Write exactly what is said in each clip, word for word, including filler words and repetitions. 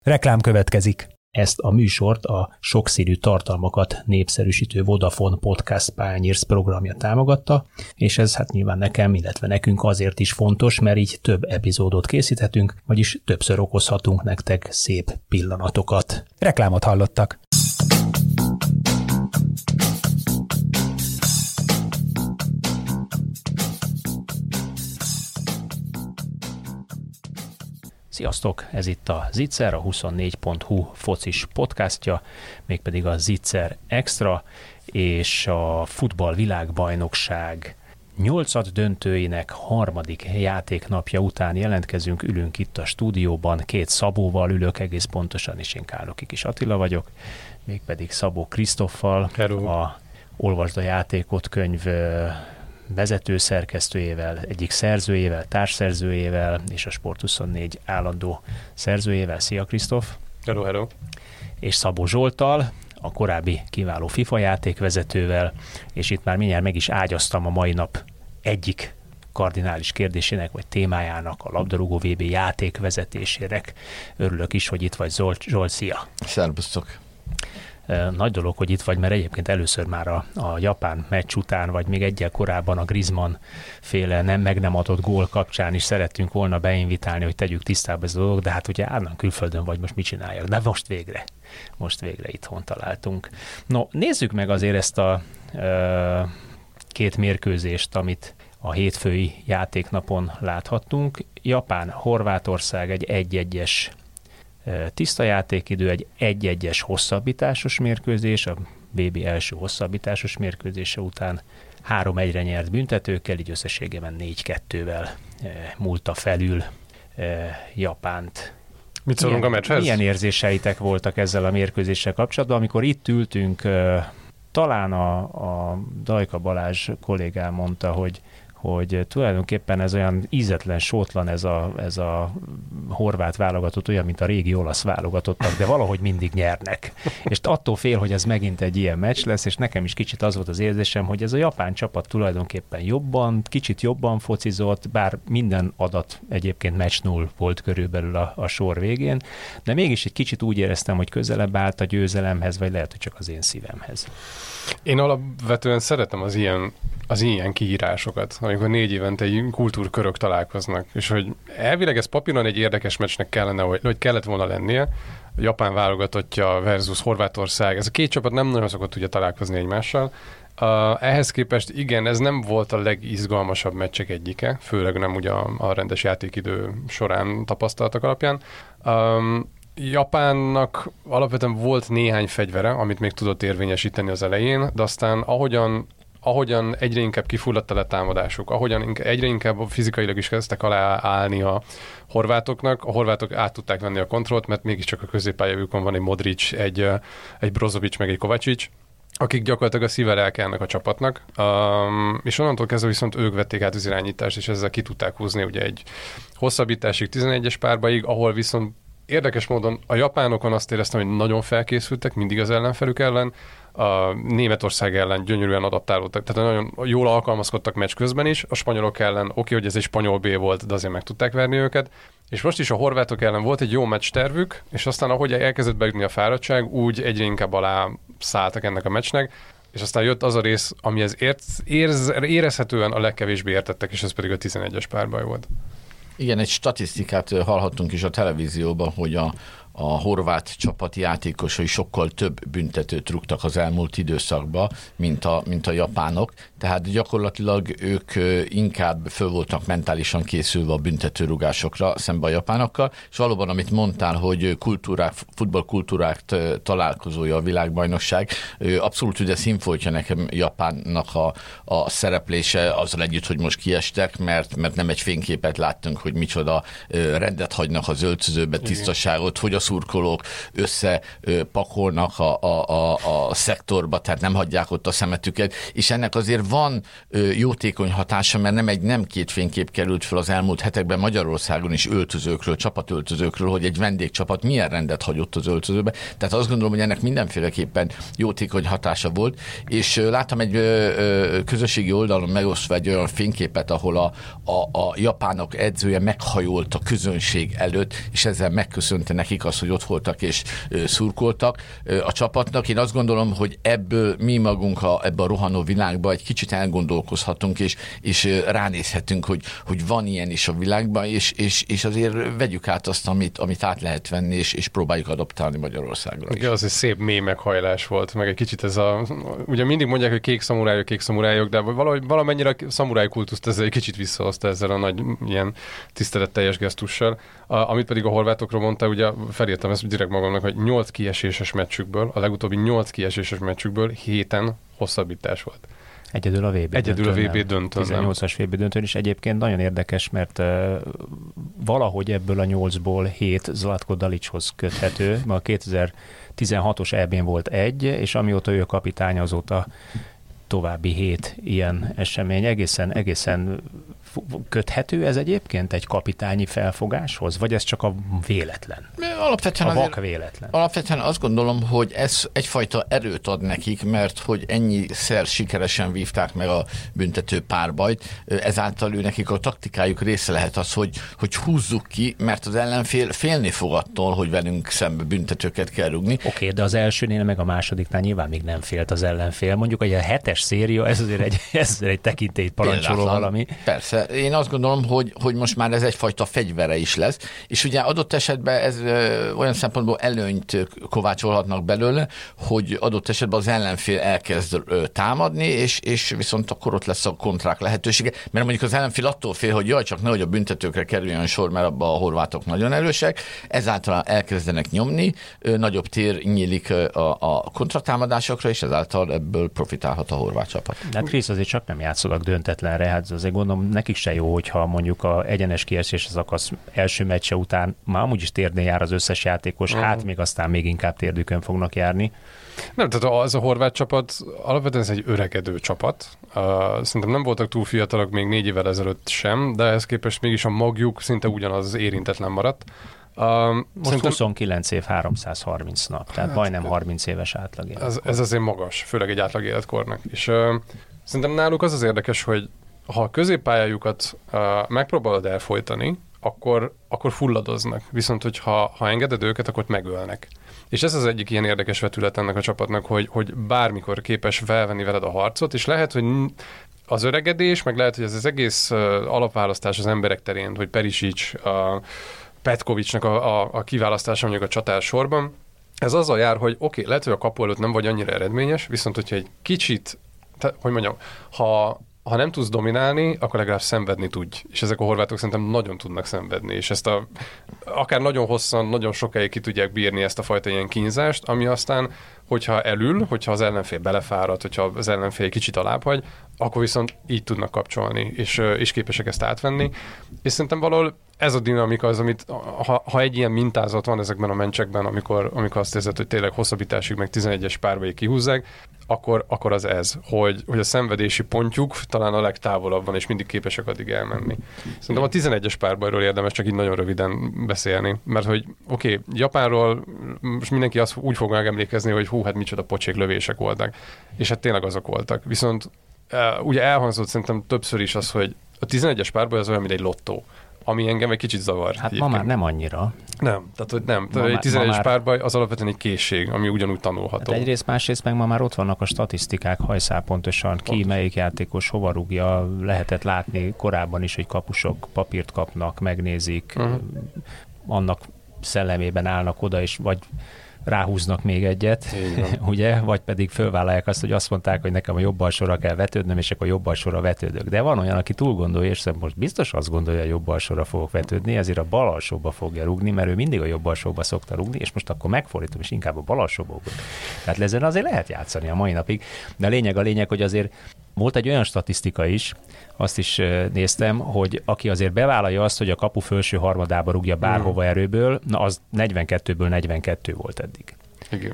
Reklám következik. Ezt a műsort a sokszínű tartalmakat népszerűsítő Vodafone Podcast Pioneers programja támogatta, és ez hát nyilván nekem, illetve nekünk azért is fontos, mert így több epizódot készíthetünk, vagyis többször okozhatunk nektek szép pillanatokat. Reklámot hallottak. Sziasztok! Ez itt a Zicser, a huszonnégy pont hu focis podcastja, mégpedig a Zicser Extra, és a futball világbajnokság nyolcad döntőinek harmadik játéknapja után jelentkezünk, ülünk itt a stúdióban, két Szabóval ülök egész pontosan, és én Károki Kis Attila vagyok, mégpedig Szabó Krisztoffal, a Olvasd a játékot könyv vezetőszerkesztőjével, egyik szerzőjével, társszerzőjével, és a Sport huszonnégy állandó szerzőjével. Szia Krisztof! Hello, hello! És Szabó Zsolttal, a korábbi kiváló FIFA játékvezetővel, és itt már mindjárt meg is ágyaztam a mai nap egyik kardinális kérdésének, vagy témájának, a labdarúgó vé bé játékvezetésének. Örülök is, hogy itt vagy, Zsolt. Zsolt, szia! Szerbusztok! Nagy dolog, hogy itt vagy, mert egyébként először már a, a japán meccs után, vagy még egyel korábban a Griezmann féle nem meg nem adott gól kapcsán is szerettünk volna beinvitálni, hogy tegyük tisztába ez a dolog, de hát ugye állandóan külföldön vagy, most mit csináljak? De most végre, most végre itthon találtunk. No, nézzük meg azért ezt a ö, két mérkőzést, amit a hétfői játéknapon láthattunk. Japán, Horvátország egy egy-egyes tiszta játékidő, egy egy-egyes hosszabbításos mérkőzés, a vé bé első hosszabbításos mérkőzése után három egyre nyert büntetőkkel, így összességében négy kettővel e, múlta felül e, Japánt. Mit szólunk a meccshez? Milyen érzéseitek voltak ezzel a mérkőzéssel kapcsolatban? Amikor itt ültünk, e, talán a, a Dajka Balázs kollégám mondta, hogy hogy tulajdonképpen ez olyan ízetlen, sótlan ez a, ez a horvát válogatott, olyan, mint a régi olasz válogatottak, de valahogy mindig nyernek. És attól fél, hogy ez megint egy ilyen meccs lesz, és nekem is kicsit az volt az érzésem, hogy ez a japán csapat tulajdonképpen jobban, kicsit jobban focizott, bár minden adat egyébként meccs null volt körülbelül a, a sor végén, de mégis egy kicsit úgy éreztem, hogy közelebb állt a győzelemhez, vagy lehet, hogy csak az én szívemhez. Én alapvetően szeretem az ilyen, az ilyen kiírásokat, amikor négy évente egy kultúrkörök találkoznak, és hogy elvileg ez papíron egy érdekes meccsnek kellene, hogy, hogy kellett volna lennie, a japán válogatottja versus Horvátország, ez a két csapat nem nagyon szokott ugye találkozni egymással. Uh, ehhez képest igen, ez nem volt a legizgalmasabb meccsek egyike, főleg nem ugye a, a rendes játékidő során tapasztaltak alapján. Um, Japánnak alapvetően volt néhány fegyvere, amit még tudott érvényesíteni az elején, de aztán ahogyan, ahogyan egyre inkább kifulladt a letámadásuk, ahogyan egyre inkább fizikailag is kezdtek aláállni a horvátoknak, a horvátok át tudták venni a kontrollt, mert mégiscsak a középpályájukon van egy Modric, egy, egy Brozovic, meg egy Kovacic, akik gyakorlatilag a szíve lelkelnek a csapatnak, um, és onnantól kezdve viszont ők vették át az irányítást, és ezzel ki tudták húzni ugye egy hosszabbításig tizenegyes párbaig, ahol viszont érdekes módon a japánokon azt éreztem, hogy nagyon felkészültek, mindig az ellenfelük ellen, a Németország ellen gyönyörűen adaptálódtak, tehát nagyon jól alkalmazkodtak meccs közben is, a spanyolok ellen oké, okay, hogy ez egy spanyol B volt, de azért meg tudták verni őket, és most is a horvátok ellen volt egy jó meccs tervük, és aztán ahogy elkezdett beütni a fáradtság, úgy egyre inkább alá szálltak ennek a meccsnek, és aztán jött az a rész, amihez ért, érz, érezhetően a legkevésbé értettek, és ez pedig a tizenegyes párbaj volt. Igen, egy statisztikát hallhattunk is a televízióban, hogy a, a horvát csapati játékosai sokkal több büntetőt rúgtak az elmúlt időszakban, mint a, mint a japánok, tehát gyakorlatilag ők inkább föl voltak mentálisan készülve a büntetőrúgásokra szemben a japánokkal, és valóban, amit mondtál, hogy kultúrák, futballkultúrák találkozója a világbajnokság, abszolút ugye színfoltja nekem Japánnak a, a szereplése azzal együtt, hogy most kiestek, mert, mert nem egy fényképet láttunk, hogy micsoda rendet hagynak az öltözőbe, tisztaságot, hogy a szurkolók összepakolnak a, a, a, a szektorba, tehát nem hagyják ott a szemetüket, és ennek azért van jótékony hatása, mert nem egy nem két fénykép került fel az elmúlt hetekben Magyarországon is öltözőkről, csapatöltözőkről, hogy egy vendégcsapat milyen rendet hagyott az öltözőbe. Tehát azt gondolom, hogy ennek mindenféleképpen jótékony hatása volt, és láttam egy közösségi oldalon megosztva egy olyan fényképet, ahol a, a, a japánok edzője meghajolt a közönség előtt, és ezzel megköszönte nekik azt, hogy ott voltak és szurkoltak a csapatnak. Én azt gondolom, hogy ebből mi magunk a, ebben a rohanó világban egy kicsit elgondolkozhatunk, és, és ránézhetünk, hogy, hogy van ilyen is a világban, és, és, és azért vegyük át azt, amit, amit át lehet venni, és, és próbáljuk adaptálni Magyarországra. Igen, az egy szép mély meghajlás volt, meg egy kicsit ez a... Ugye mindig mondják, hogy kék szamurájok, kék szamurájok, de valahogy, valamennyire a szamuráj kultuszt ezzel egy kicsit visszahozta ezzel a nagy ilyen tiszteletteljes gesztussal. A, amit pedig a horvátokról mondta, ugye felírtam ezt direkt magamnak, hogy nyolc kieséses meccsükből, a legutóbbi nyolc kieséses meccsükből héten hosszabbítás volt. Egyedül a vé bé Egyedül döntőn, a vé bé döntőn. tizennyolcas vé bé döntőn is egyébként nagyon érdekes, mert uh, valahogy ebből a nyolcból hét Zlatko Dalićhoz köthető. Ma a kétezer-tizenhatos é bén volt egy, és amióta ő a kapitány, azóta további hét ilyen esemény. Egészen, egészen köthető ez egyébként egy kapitányi felfogáshoz? Vagy ez csak a véletlen? Alapvetően a vak véletlen. Alapvetően azt gondolom, hogy ez egyfajta erőt ad nekik, mert hogy ennyiszer sikeresen vívták meg a büntető párbajt, ezáltal ő nekik a taktikájuk része lehet az, hogy, hogy húzzuk ki, mert az ellenfél félni fog attól, hogy velünk szembe büntetőket kell rúgni. Oké, okay, de az elsőnél meg a másodiknál nyilván még nem félt az ellenfél. Mondjuk, hogy a hetes széria, ez azért egy, ez azért egy tekintélyt parancsoló valami. Persze. Én azt gondolom, hogy, hogy most már ez egyfajta fegyvere is lesz, és ugye adott esetben ez ö, olyan szempontból előnyt kovácsolhatnak belőle, hogy adott esetben az ellenfél elkezd ö, támadni, és, és viszont akkor ott lesz a kontrák lehetősége, mert mondjuk az ellenfél attól fél, hogy jaj, csak nehogy a büntetőkre kerüljön sor, mert abban a horvátok nagyon erősek, ezáltal elkezdenek nyomni, ö, nagyobb tér nyílik a, a kontratámadásokra, és ezáltal ebből profitálhat a horvát csapat. De Krisz, azért csak nem játszanak döntetlenre, hát azért gondolom nekik se jó, hogyha mondjuk a egyenes kiesés szakasz első meccse után már amúgy is térdén jár az összes játékos, uh-huh. hát még aztán még inkább térdükön fognak járni. Nem, tehát az a horvát csapat, alapvetően ez egy öregedő csapat. Uh, szerintem nem voltak túl fiatalok még négy évvel ezelőtt sem, de ehhez képest mégis a magjuk szinte ugyanaz érintetlen maradt. Uh, Most szerintem... huszonkilenc év, háromszázharminc nap, tehát hát, majdnem harminc éves átlag életkor. Ez, ez azért magas, főleg egy átlag életkornak. És uh, szerintem náluk az az érdekes, hogy ha a középpályájukat uh, megpróbálod elfojtani, akkor, akkor fulladoznak. Viszont, hogyha ha engeded őket, akkor megölnek. És ez az egyik ilyen érdekes vetület ennek a csapatnak, hogy, hogy bármikor képes felvenni veled a harcot, és lehet, hogy az öregedés, meg lehet, hogy ez az egész uh, alapválasztás az emberek terén, hogy Perisic, uh, Petkovicsnak a, a, a kiválasztása mondjuk a csatár sorban, ez azzal jár, hogy oké, okay, lehet, hogy a kapu előtt nem vagy annyira eredményes, viszont hogyha egy kicsit, te, hogy mondjam, ha ha nem tudsz dominálni, akkor legalább szenvedni tudj. És ezek a horvátok szerintem nagyon tudnak szenvedni, és ezt a, akár nagyon hosszan, nagyon sokáig ki tudják bírni ezt a fajta ilyen kínzást, ami aztán, hogyha elül, hogyha az ellenfél belefárad, hogyha az ellenfél egy kicsit alábbhagy, akkor viszont így tudnak kapcsolni, és, és képesek ezt átvenni. És szerintem valahol ez a dinamika az, amit ha, ha egy ilyen mintázat van ezekben a meccsekben, amikor, amikor azt érzed, hogy tényleg hosszabbításig meg tizenegyes párbajig kihúzzák, akkor, akkor az ez, hogy, hogy a szenvedési pontjuk talán a legtávolabb van, és mindig képesek addig elmenni. Szerintem a tizenegyes párbajról érdemes csak így nagyon röviden beszélni, mert hogy oké, okay, Japánról most mindenki azt úgy fog megemlékezni, hogy hú, hát micsoda pocsék lövések voltak, és hát tényleg azok voltak. Viszont ugye elhangzott szerintem többször is az, hogy a tizenegyes párbaj az olyan, mint egy lottó, ami engem egy kicsit zavar. Hát egyébként. Ma már nem annyira. Nem, tehát hogy nem. Tehát egy tizenegyes már... párbaj az alapvetően egy készség, ami ugyanúgy tanulható. Hát egyrészt, másrészt meg ma már ott vannak a statisztikák hajszál pontosan, ki, Pont. melyik játékos hova rúgja, lehetett látni korábban is, hogy kapusok papírt kapnak, megnézik, uh-huh. annak szellemében állnak oda, és vagy ráhúznak még egyet, ugye? Vagy pedig fölvállalják azt, hogy azt mondták, hogy nekem a jobb alsóra kell vetődnöm, és akkor jobb alsóra vetődök. De van olyan, aki túl gondolja, és most biztos azt gondolja, hogy a jobb alsóra fogok vetődni, ezért a bal alsóba fogja rúgni, mert ő mindig a jobb alsóba szokta rúgni, és most akkor megfordítom, és inkább a bal alsóba ugrok. Tehát ezen azért lehet játszani a mai napig. De a lényeg a lényeg, hogy azért volt egy olyan statisztika is, azt is néztem, hogy aki azért bevállalja azt, hogy a kapu felső harmadába rúgja bárhova erőből, na az negyvenkettőből negyvenkettő volt eddig. Igen.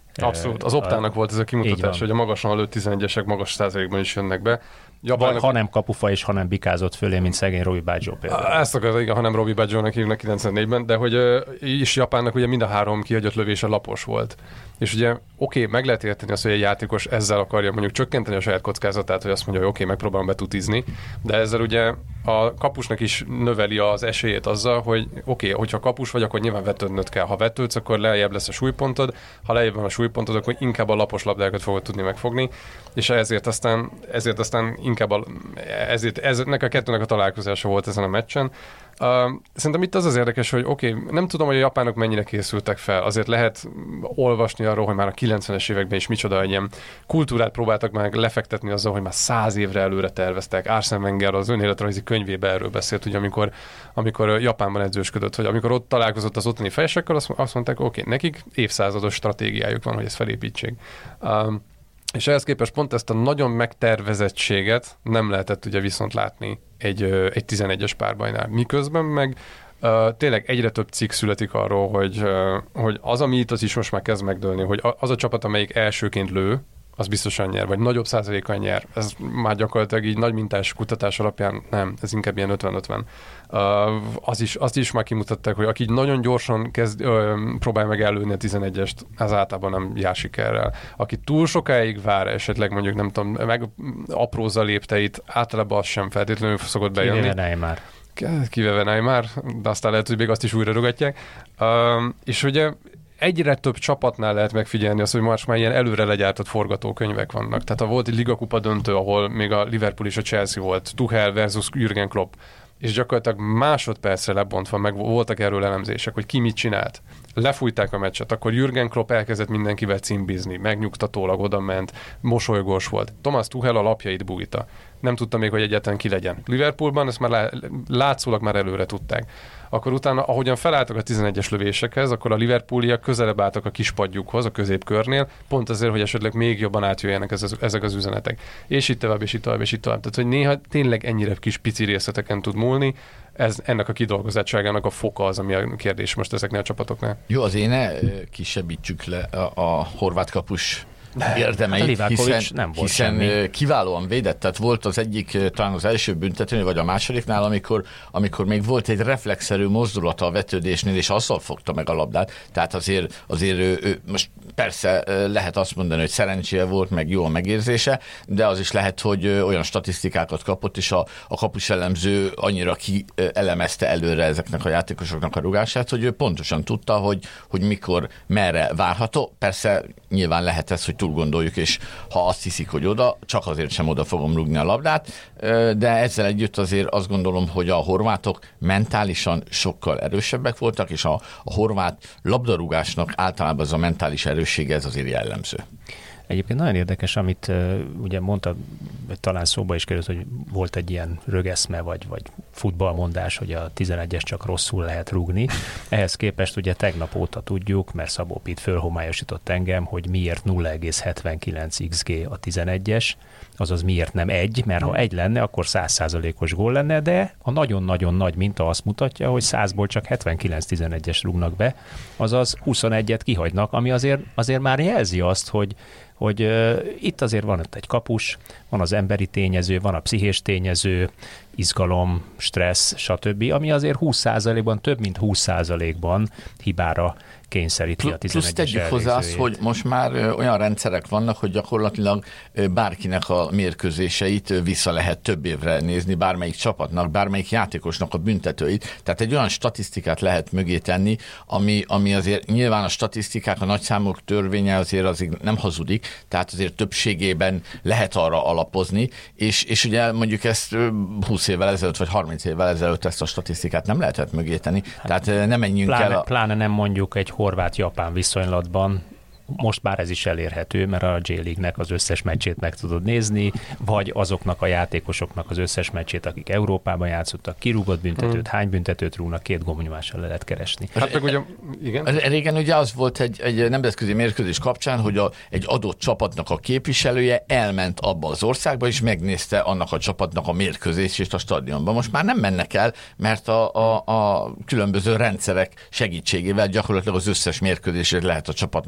Abszolút. Az Optának a, volt ez a kimutatás, hogy a magasan lőtt tizenegyesek magas százalékban is jönnek be. Japánok... Ha nem kapufa és ha nem bikázott fölé, mint szegény Robbie Baggio például. Ezt akarta, igen, ha nem Robbie Baggio-nak hívnak kilencvennégyben, de hogy uh, is Japánnak ugye mind a három kihagyott lövése lapos volt. És ugye oké, okay, meg lehet érteni azt, hogy egy játékos ezzel akarja mondjuk csökkenteni a saját kockázatát, hogy azt mondja, hogy oké, okay, megpróbálom betutizni, de ezzel ugye a kapusnak is növeli az esélyét azzal, hogy oké, okay, hogyha kapus vagy, akkor nyilván vetődnöd kell. Ha vetődsz, akkor lejjebb lesz a súlypontod, ha lejjebb van a súlypontod, akkor inkább a lapos labdákat fogod tudni megfogni, és ezért aztán, ezért aztán inkább a, ezért, eznek a kettőnek a találkozása volt ezen a meccsen. Uh, szerintem itt az az érdekes, hogy oké, okay, nem tudom, hogy a japánok mennyire készültek fel, azért lehet olvasni arról, hogy már a kilencvenes években is micsoda egy ilyen kultúrát próbáltak meg lefektetni azzal, hogy már száz évre előre terveztek. Arsene Wenger az önéletrajzi könyvében erről beszélt, ugye, amikor, amikor Japánban edzősködött, hogy amikor ott találkozott az ottani fejesekkel, azt, azt mondták, oké, okay, nekik évszázados stratégiájuk van, hogy ezt felépítsék. Uh, És ehhez képest pont ezt a nagyon megtervezettséget nem lehetett ugye viszont látni egy, egy tizenegyes párbajnál. Miközben meg uh, tényleg egyre több cikk születik arról, hogy, uh, hogy az, ami itt az is most már kezd megdőlni, hogy az a csapat, amelyik elsőként lő, az biztosan nyer, vagy nagyobb százalékkal nyer. Ez már gyakorlatilag így nagy mintás kutatás alapján nem, ez inkább ilyen ötven-ötven. Uh, az is, azt is már kimutatták, hogy aki nagyon gyorsan kezd, uh, próbálja meg előni a tizenegyest, az általában nem jár sikerrel. Aki túl sokáig vár, esetleg mondjuk nem tudom, meg aprózza lépteit, általában az sem feltétlenül szokott bejönni. Kivéve Neymar. Kivéve Neymar, de aztán lehet, hogy még azt is újra rugatják. Uh, és ugye egyre több csapatnál lehet megfigyelni azt, hogy most már ilyen előre legyártott forgatókönyvek vannak. Tehát volt egy ligakupa döntő, ahol még a Liverpool és a Chelsea volt, Tuchel versus Jürgen Klopp, és gyakorlatilag másodpercre lebontva meg voltak erről elemzések, hogy ki mit csinált. Lefújták a meccset, akkor Jürgen Klopp elkezdett mindenkivel cimbizni, megnyugtatólag odament, mosolygós volt. Thomas Tuchel a lapjait bújta. Nem tudta még, hogy egyáltalán ki legyen. Liverpoolban ezt már lá- látszólag már előre tudták. Akkor utána, ahogyan felálltak a tizenegyes lövésekhez, akkor a Liverpooliak közelebb álltak a kispadjukhoz, a középkörnél, pont azért, hogy esetleg még jobban átjöjjenek ez, ezek az üzenetek. És itt tovább, és itt tovább, és itt tovább. Tehát, hogy néha tényleg ennyire kis pici részleteken tud múlni, ez ennek a kidolgozottságának a foka az, ami a kérdés most ezeknél a csapatoknál. Jó, azért ne kisebbítsük le a, a horvát kapus érdemeit, hát hiszen, nem volt hiszen semmi. Kiválóan védett, tehát volt az egyik, talán az első büntetőnél, vagy a másodiknál, amikor, amikor még volt egy reflexzerű mozdulata a vetődésnél, és azzal fogta meg a labdát, tehát azért, azért ő, ő, most persze lehet azt mondani, hogy szerencséje volt, meg jó a megérzése, de az is lehet, hogy olyan statisztikákat kapott, és a, a kapus elemző annyira kielemezte előre ezeknek a játékosoknak a rugását, hogy ő pontosan tudta, hogy, hogy mikor, merre várható. Persze nyilván lehet ez, hogy túl gondoljuk, és ha azt hiszik, hogy oda, csak azért sem oda fogom rúgni a labdát, de ezzel együtt azért azt gondolom, hogy a horvátok mentálisan sokkal erősebbek voltak, és a, a horvát labdarúgásnak általában ez a mentális erőssége, ez azért jellemző. Egyébként nagyon érdekes, amit uh, ugye mondta, talán szóba is került, hogy volt egy ilyen rögeszme, vagy, vagy futballmondás, hogy a tizenegyes csak rosszul lehet rúgni. Ehhez képest ugye tegnap óta tudjuk, mert Szabó Pit fölhomályosított engem, hogy miért nulla egész hetvenkilenc iksz gé a tizenegyes, azaz miért nem egy, mert ha egy lenne, akkor száz százalékos gól lenne, de a nagyon-nagyon nagy minta azt mutatja, hogy százból csak hetvenkilenc tizenegyes rúgnak be, azaz huszonegyet kihagynak, ami azért, azért már jelzi azt, hogy hogy uh, itt azért van ott egy kapus, van az emberi tényező, van a pszichés tényező, izgalom, stressz, stb., ami azért húsz százalékban, több mint húsz százalékban hibára kényszeríti a tizenegyes Plusz tegyük hozzá azt, hogy most már olyan rendszerek vannak, hogy gyakorlatilag bárkinek a mérkőzéseit vissza lehet több évre nézni, bármelyik csapatnak, bármelyik játékosnak a büntetőit. Tehát egy olyan statisztikát lehet mögé tenni, ami, ami azért nyilván a statisztikák, a nagyszámok törvénye azért, azért nem hazudik, tehát azért többségében lehet arra alapozni, és, és ugye mondjuk ezt húsz évvel ezelőtt, vagy harminc évvel ezelőtt ezt a statisztikát nem lehetett mögé tenni. Hát tehát nem menjünk pláne, el a... Pláne nem mondjuk egy horvát-japán viszonylatban, most már ez is elérhető, mert a J-League-nek az összes meccsét meg tudod nézni, vagy azoknak a játékosoknak az összes meccsét, akik Európában játszottak, kirúgott büntetőt, hmm. hány büntetőt rúgnak, két gombnyomással le lehet keresni. Hát meg ugye, igen. Régen ugye az volt egy, egy nemzetközi mérkőzés kapcsán, hogy a, egy adott csapatnak a képviselője elment abba az országba, és megnézte annak a csapatnak a mérkőzését a stadionban. Most már nem mennek el, mert a, a, a különböző rendszerek segítségével gyakorlatilag az összes mérkőzését lehet a csapatnak látni,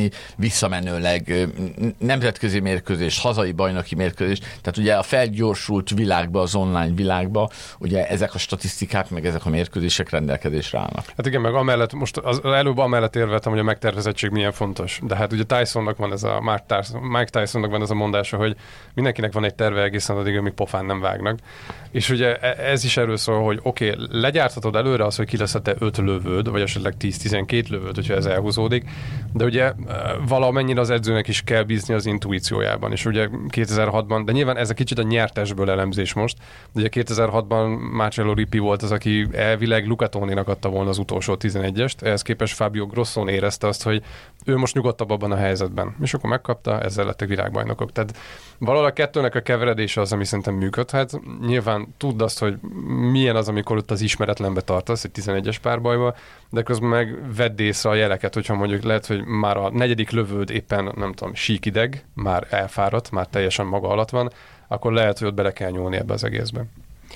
vezetni, visszamenőleg nemzetközi mérkőzés, hazai bajnoki mérkőzés, tehát ugye a felgyorsult világba, az online világba, ugye ezek a statisztikák, meg ezek a mérkőzések rendelkezésre állnak. Hát igen, meg amellett, most az, előbb amellett érveltem, hogy a megtervezettség milyen fontos. De hát ugye Tysonnak van ez a, Mike Tysonnak van ez a mondása, hogy mindenkinek van egy terve egészen addig, amíg pofán nem vágnak. És ugye ez is erről szól, hogy oké, okay, legyárthatod előre az, hogy ki lesz a te öt lövőd, vagy esetleg tíz-tizenkét lövőd, hogyha ez elhúzódik, de ugye valamennyire az edzőnek is kell bízni az intuíciójában. És ugye kétezer-hatban, de nyilván ez a kicsit a nyertesből elemzés most, de ugye kétezer-hatban Marcello Lippi volt az, aki elvileg Luca Toninak adta volna az utolsó tizenegyest, ehhez képest Fabio Grosson érezte azt, hogy ő most nyugodtabb abban a helyzetben. És akkor megkapta, ezzel lettek világbajnokok. Tehát valahol a kettőnek a keveredése az, ami szerintem működhet. Nyilván tudd azt, hogy milyen az, amikor ott az ismeretlenbe tartasz egy tizenegyes párbajba, de közben meg vedd észre a jeleket, hogyha mondjuk lehet, hogy már a negyedik lövőd éppen, nem tudom, síkideg, már elfáradt, már teljesen maga alatt van, akkor lehet, hogy ott bele kell nyúlni ebbe az egészbe.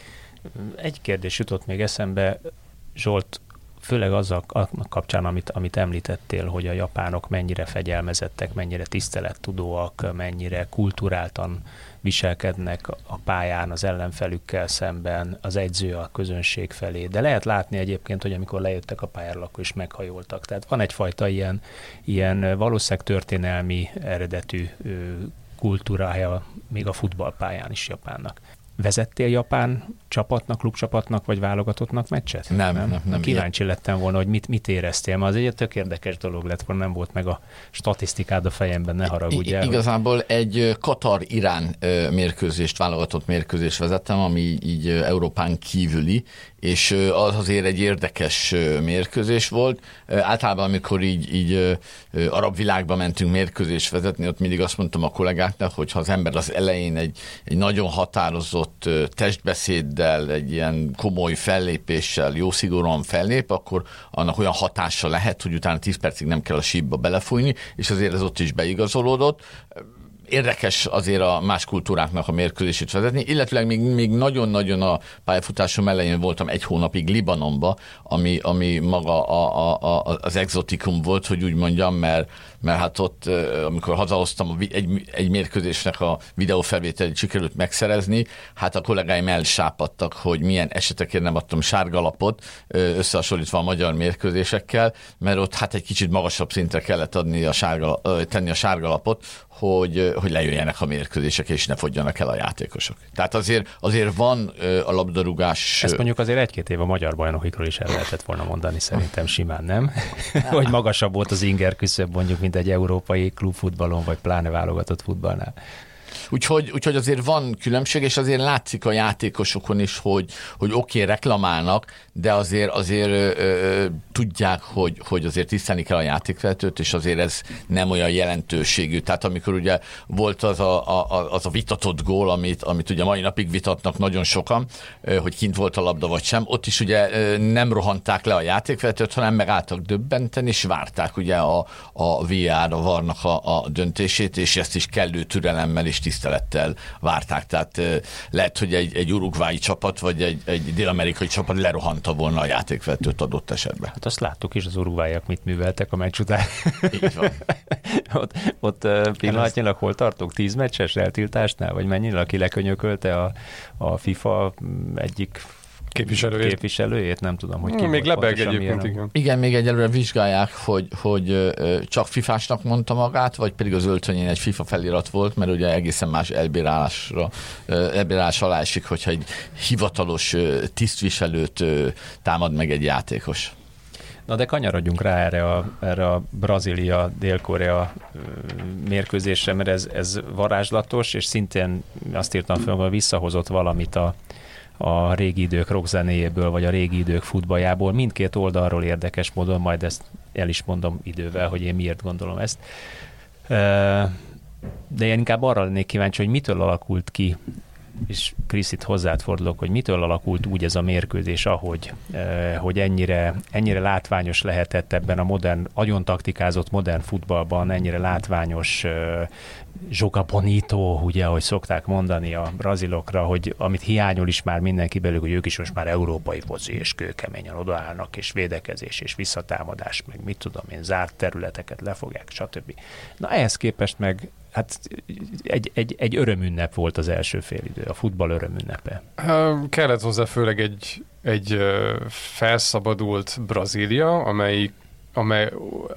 Egy kérdés jutott még eszembe, Zsolt, főleg azzal kapcsán, amit, amit említettél, hogy a japánok mennyire fegyelmezettek, mennyire tisztelettudóak, mennyire kulturáltan viselkednek a pályán az ellenfelükkel szemben, az edző a közönség felé. De lehet látni egyébként, hogy amikor lejöttek a pályára, akkor is meghajoltak. Tehát van egyfajta ilyen, ilyen valószínűleg történelmi eredetű kultúrája még a futballpályán is Japánnak. Vezettél japán csapatnak, klubcsapatnak, vagy válogatottnak meccset? Nem, nem. nem, nem Kíváncsi ilyen. lettem volna, hogy mit, mit éreztél, mert az egy tök érdekes dolog lett volna, nem volt meg a statisztikád a fejemben, ne haragudj el. Igazából egy Katar-Irán mérkőzést, válogatott mérkőzést vezettem, ami így Európán kívüli, és az azért egy érdekes mérkőzés volt. Általában, amikor így, így arab világba mentünk mérkőzést vezetni, ott mindig azt mondtam a kollégáknak, hogy ha az ember az elején egy, egy nagyon határozott testbeszéddel, egy ilyen komoly fellépéssel, jó szigorúan fellép, akkor annak olyan hatása lehet, hogy utána tíz percig nem kell a sípba belefújni, és azért ez ott is beigazolódott. Érdekes azért a más kultúráknak a mérkőzését vezetni, illetve még, még nagyon-nagyon a pályafutásom elején voltam egy hónapig Libanonba, ami, ami maga a, a, a, az exotikum volt, hogy úgy mondjam, mert, mert hát ott, amikor hazahoztam egy, egy mérkőzésnek a videófelvételét sikerült megszerezni, hát a kollégáim elsápadtak, hogy milyen esetekért nem adtam sárgalapot, összehasonlítva a magyar mérkőzésekkel, mert ott hát egy kicsit magasabb szintre kellett adni a sárga, tenni a sárgalapot, hogy, hogy lejöjjenek a mérkőzések, és ne fogjanak el a játékosok. Tehát azért, azért van a labdarúgás... Ezt mondjuk azért egy-két év a magyar bajnokikról is el lehetett volna mondani, szerintem simán, nem? Hogy magasabb volt az inger küszöb mondjuk, mint egy európai klubfutballon, vagy pláne válogatott futballnál. Úgyhogy, úgyhogy azért van különbség, és azért látszik a játékosokon is, hogy, hogy oké, okay, reklamálnak, de azért, azért ö, ö, tudják, hogy, hogy azért tisztelni kell a játékvezetőt, és azért ez nem olyan jelentőségű. Tehát amikor ugye volt az a, a, az a vitatott gól, amit, amit ugye mai napig vitatnak nagyon sokan, hogy kint volt a labda vagy sem, ott is ugye nem rohanták le a játékvezetőt, hanem megálltak döbbenten, és várták ugye a, a vé á-r, a varnak a, a döntését, és ezt is kellő türelemmel és tisztelettel várták. Tehát lehet, hogy egy, egy urugvái csapat, vagy egy, egy dél-amerikai csapat lerohanta volna a játékvezetőt adott esetben. Hát azt láttuk is, az urugváiak mit műveltek a meccs után. Így van. ott ott pillanatnyilag hol tartunk? Tíz meccses eltiltásnál? Vagy mennyire, aki lekönyökölte a, a FIFA egyik képviselőjét. képviselőjét, nem tudom, hogy ki hmm, még lebeg egyébként, igen. Igen, még egyelőre vizsgálják, hogy, hogy csak fifásnak mondta magát, vagy pedig az öltönyén egy FIFA felirat volt, mert ugye egészen más elbírálásra, elbírálás alá esik, hogyha egy hivatalos tisztviselőt támad meg egy játékos. Na de kanyarodjunk rá erre a, erre a Brazília-Dél-Korea mérkőzésre, mert ez, ez varázslatos, és szintén azt írtam fel, hogy visszahozott valamit a a régi idők rockzenéjéből, vagy a régi idők futballjából. Mindkét oldalról érdekes módon, majd ezt el is mondom idővel, hogy én miért gondolom ezt. De én inkább arra lennék kíváncsi, hogy mitől alakult ki és Krisz, itt hozzád fordulok, hogy mitől alakult úgy ez a mérkőzés, ahogy, hogy ennyire, ennyire látványos lehetett ebben a modern, agyon taktikázott modern futballban, ennyire látványos Joga Bonito, ugye, ahogy szokták mondani a brazilokra, hogy amit hiányol is már mindenki belőle, hogy ők is most már európai foci, és kőkeményen odaállnak, és védekezés, és visszatámadás, meg mit tudom én, zárt területeket lefogják, stb. Na ehhez képest meg hát egy, egy, egy örömünnep volt az első félidő, a futball örömünnepe. Kellett hozzá főleg egy, egy felszabadult Brazília, amely, amely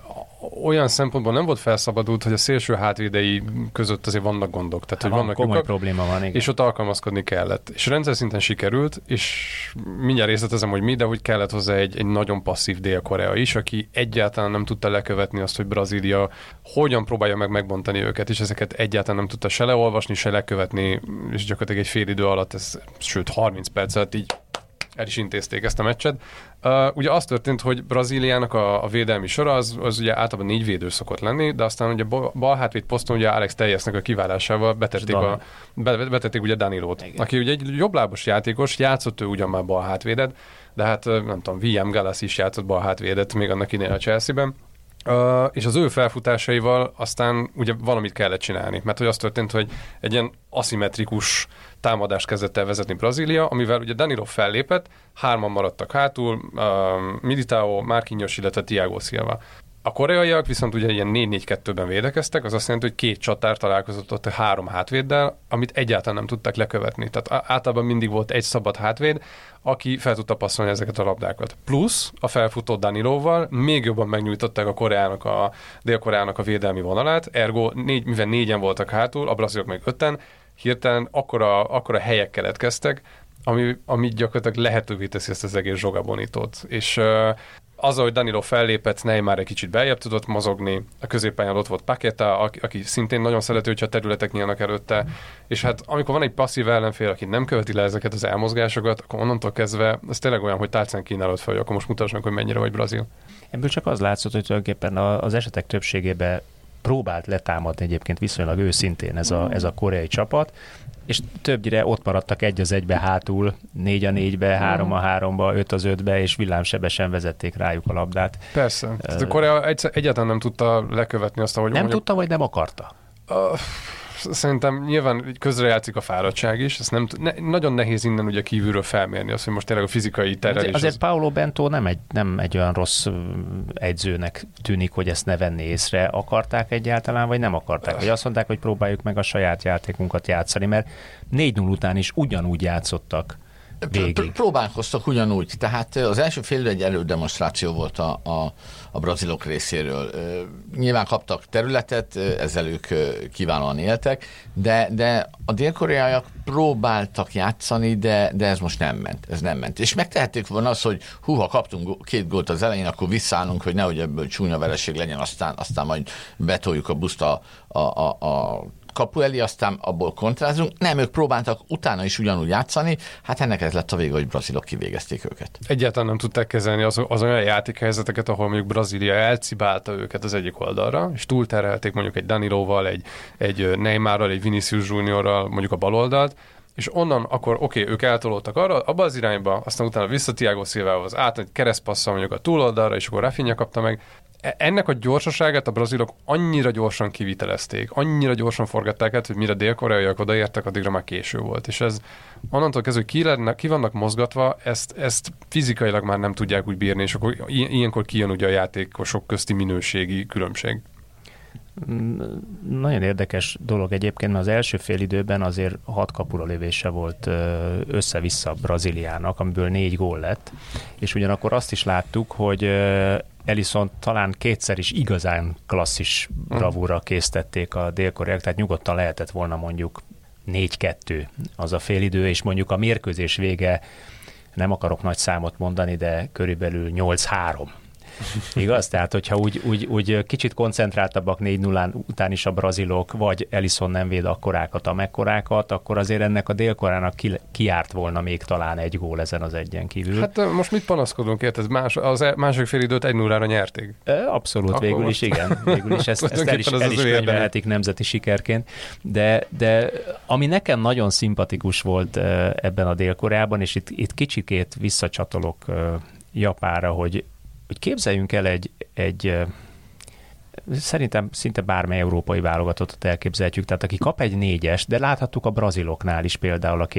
olyan szempontból nem volt felszabadult, hogy a szélső hátvédei között azért vannak gondok. Tehát, hát hogy van, vannak komoly lyukak, probléma van, igen. És ott alkalmazkodni kellett. És rendszer szinten sikerült, és mindjárt részletezem, hogy mi, de hogy kellett hozzá egy, egy nagyon passzív Dél-Korea is, aki egyáltalán nem tudta lekövetni azt, hogy Brazília hogyan próbálja meg megbontani őket, és ezeket egyáltalán nem tudta se leolvasni, se lekövetni, és gyakorlatilag egy fél idő alatt, ez, sőt harminc perc alatt így el is intézték ezt a meccset. Uh, ugye az történt, hogy Brazíliának a, a védelmi sora az, az ugye általában négy védő szokott lenni, de aztán ugye bal hátvéd poszton ugye Alex Tellesnek a kiválásával betették, a, be, betették ugye Danilót, igen, aki ugye egy jobblábos játékos, játszott ő ugyan már bal hátvédet, de hát nem tudom, William Gallas is játszott bal hátvédet még annak idején a Chelsea-ben. Uh, és az ő felfutásaival aztán ugye valamit kellett csinálni, mert hogy az történt, hogy egy ilyen aszimmetrikus támadást kezdett el vezetni Brazília, amivel ugye Danilo fellépett, hárman maradtak hátul, uh, Militao, Marquinhos, illetve Thiago Silva. A koreaiak viszont ugye ilyen négy négy kettőben védekeztek, az azt jelenti, hogy két csatár találkozott ott három hátvéddel, amit egyáltalán nem tudták lekövetni. Tehát általában mindig volt egy szabad hátvéd, aki fel tudta passzolni ezeket a labdákat. Plusz a felfutó Danilóval még jobban megnyújtották a Koreának a, Dél-Koreának a védelmi vonalát, ergo négy, mivel négyen voltak hátul, a brazilok meg öten, hirtelen akkora, akkora helyek keletkeztek, ami, ami gyakorlatilag lehetővé teszi ezt az egész Joga Bonitót. És uh, azzal, hogy Danilo fellépett, Neymar egy kicsit beljebb tudott mozogni, a középpályán ott volt Paqueta, aki, aki szintén nagyon szerető, hogyha területek nyílnak előtte, és hát amikor van egy passzív ellenfél, aki nem követi le ezeket az elmozgásokat, akkor onnantól kezdve ez tényleg olyan, hogy tálcán kínálod fel, hogy akkor most mutass meg, hogy mennyire vagy brazil. Ebből csak az látszott, hogy tulajdonképpen az esetek többségében próbált letámadni egyébként viszonylag őszintén ez a, ez a koreai csapat, és többnyire ott maradtak egy az egybe hátul, négy a négybe, három a háromba, öt az ötbe, és villámsebesen vezették rájuk a labdát. Persze. Uh, Tehát a Korea egy, egyáltalán nem tudta lekövetni azt, ahogy Nem mondjuk, tudta, vagy nem akarta? Uh, Szerintem nyilván közrejátszik a fáradtság is, ezt nem, ne, nagyon nehéz innen ugye kívülről felmérni azt, hogy most tényleg a fizikai terelés. Azért, azért az... Paulo Bento nem egy, nem egy olyan rossz edzőnek tűnik, hogy ezt ne venni észre. Akarták egyáltalán, vagy nem akarták? Vagy azt mondták, hogy próbáljuk meg a saját játékunkat játszani, mert négy null után is ugyanúgy játszottak végig. Próbálkoztak ugyanúgy, tehát az első fél egy elődemonstráció volt a, a, a brazilok részéről. Nyilván kaptak területet, ezzel ők kiválóan éltek, de, de a dél-koreaiak próbáltak játszani, de, de ez most nem ment. Ez nem ment. És megtehették volna az, hogy hú, ha kaptunk két gólt az elején, akkor visszaállunk, hogy nehogy ebből csúnya vereség legyen, aztán, aztán majd betoljuk a buszt a, a, a, a kapu elé, aztán abból kontrázunk. Nem, ők próbáltak utána is ugyanúgy játszani, hát ennek ez lett a vége, hogy brazilok kivégezték őket. Egyáltalán nem tudták kezelni az, az olyan játékhelyzeteket, ahol mondjuk Brazília elcibálta őket az egyik oldalra, és túlterhelték mondjuk egy Danilóval, egy, egy Neymarral, egy Vinicius Juniorral mondjuk a bal oldalt, és onnan akkor oké, okay, ők eltolódtak arra, abba az irányba, aztán utána vissza Thiago Silvához át egy keresztpasszal mondjuk a túloldalra, és akkor Rafinha kapta meg. Ennek a gyorsaságát a brazilok annyira gyorsan kivitelezték, annyira gyorsan forgatták át, hogy mire dél-koreaiak odaértek, addigra már késő volt. És ez onnantól kezdve, hogy ki, lennek, ki vannak mozgatva, ezt, ezt fizikailag már nem tudják úgy bírni, és akkor ilyenkor kijön ugye a játékosok közti minőségi különbség. Nagyon érdekes dolog egyébként, mert az első fél időben azért hat kapura lövése volt össze-vissza Brazíliának, amiből négy gól lett, és ugyanakkor azt is láttuk, hogy Ellison talán kétszer is igazán klasszis bravúra késztették a dél-koreák, tehát nyugodtan lehetett volna mondjuk négy kettő az a félidő, és mondjuk a mérkőzés vége, nem akarok nagy számot mondani, de körülbelül nyolc három. Igaz? Tehát, hogyha úgy, úgy, úgy kicsit koncentráltabbak négy nullán után is a brazilok, vagy Alisson nem véd akkorákat, amekkorákat, akkor azért ennek a Dél-Koreának ki, kiárt volna még talán egy gól ezen az egyen kívül. Hát most mit panaszkodunk, érted? Más, az második fél időt egy nullára nyerték. Abszolút, akkor végül most. is igen. Végül is ezt, ezt el is, el is könyvelhetik nemzeti sikerként. De, de ami nekem nagyon szimpatikus volt ebben a Dél-Koreában, és itt, itt kicsikét visszacsatolok Japánra, hogy, hogy képzeljünk el egy, egy szerintem szinte bármely európai válogatottat elképzelhetjük, tehát aki kap egy négyes, de láthattuk a braziloknál is például a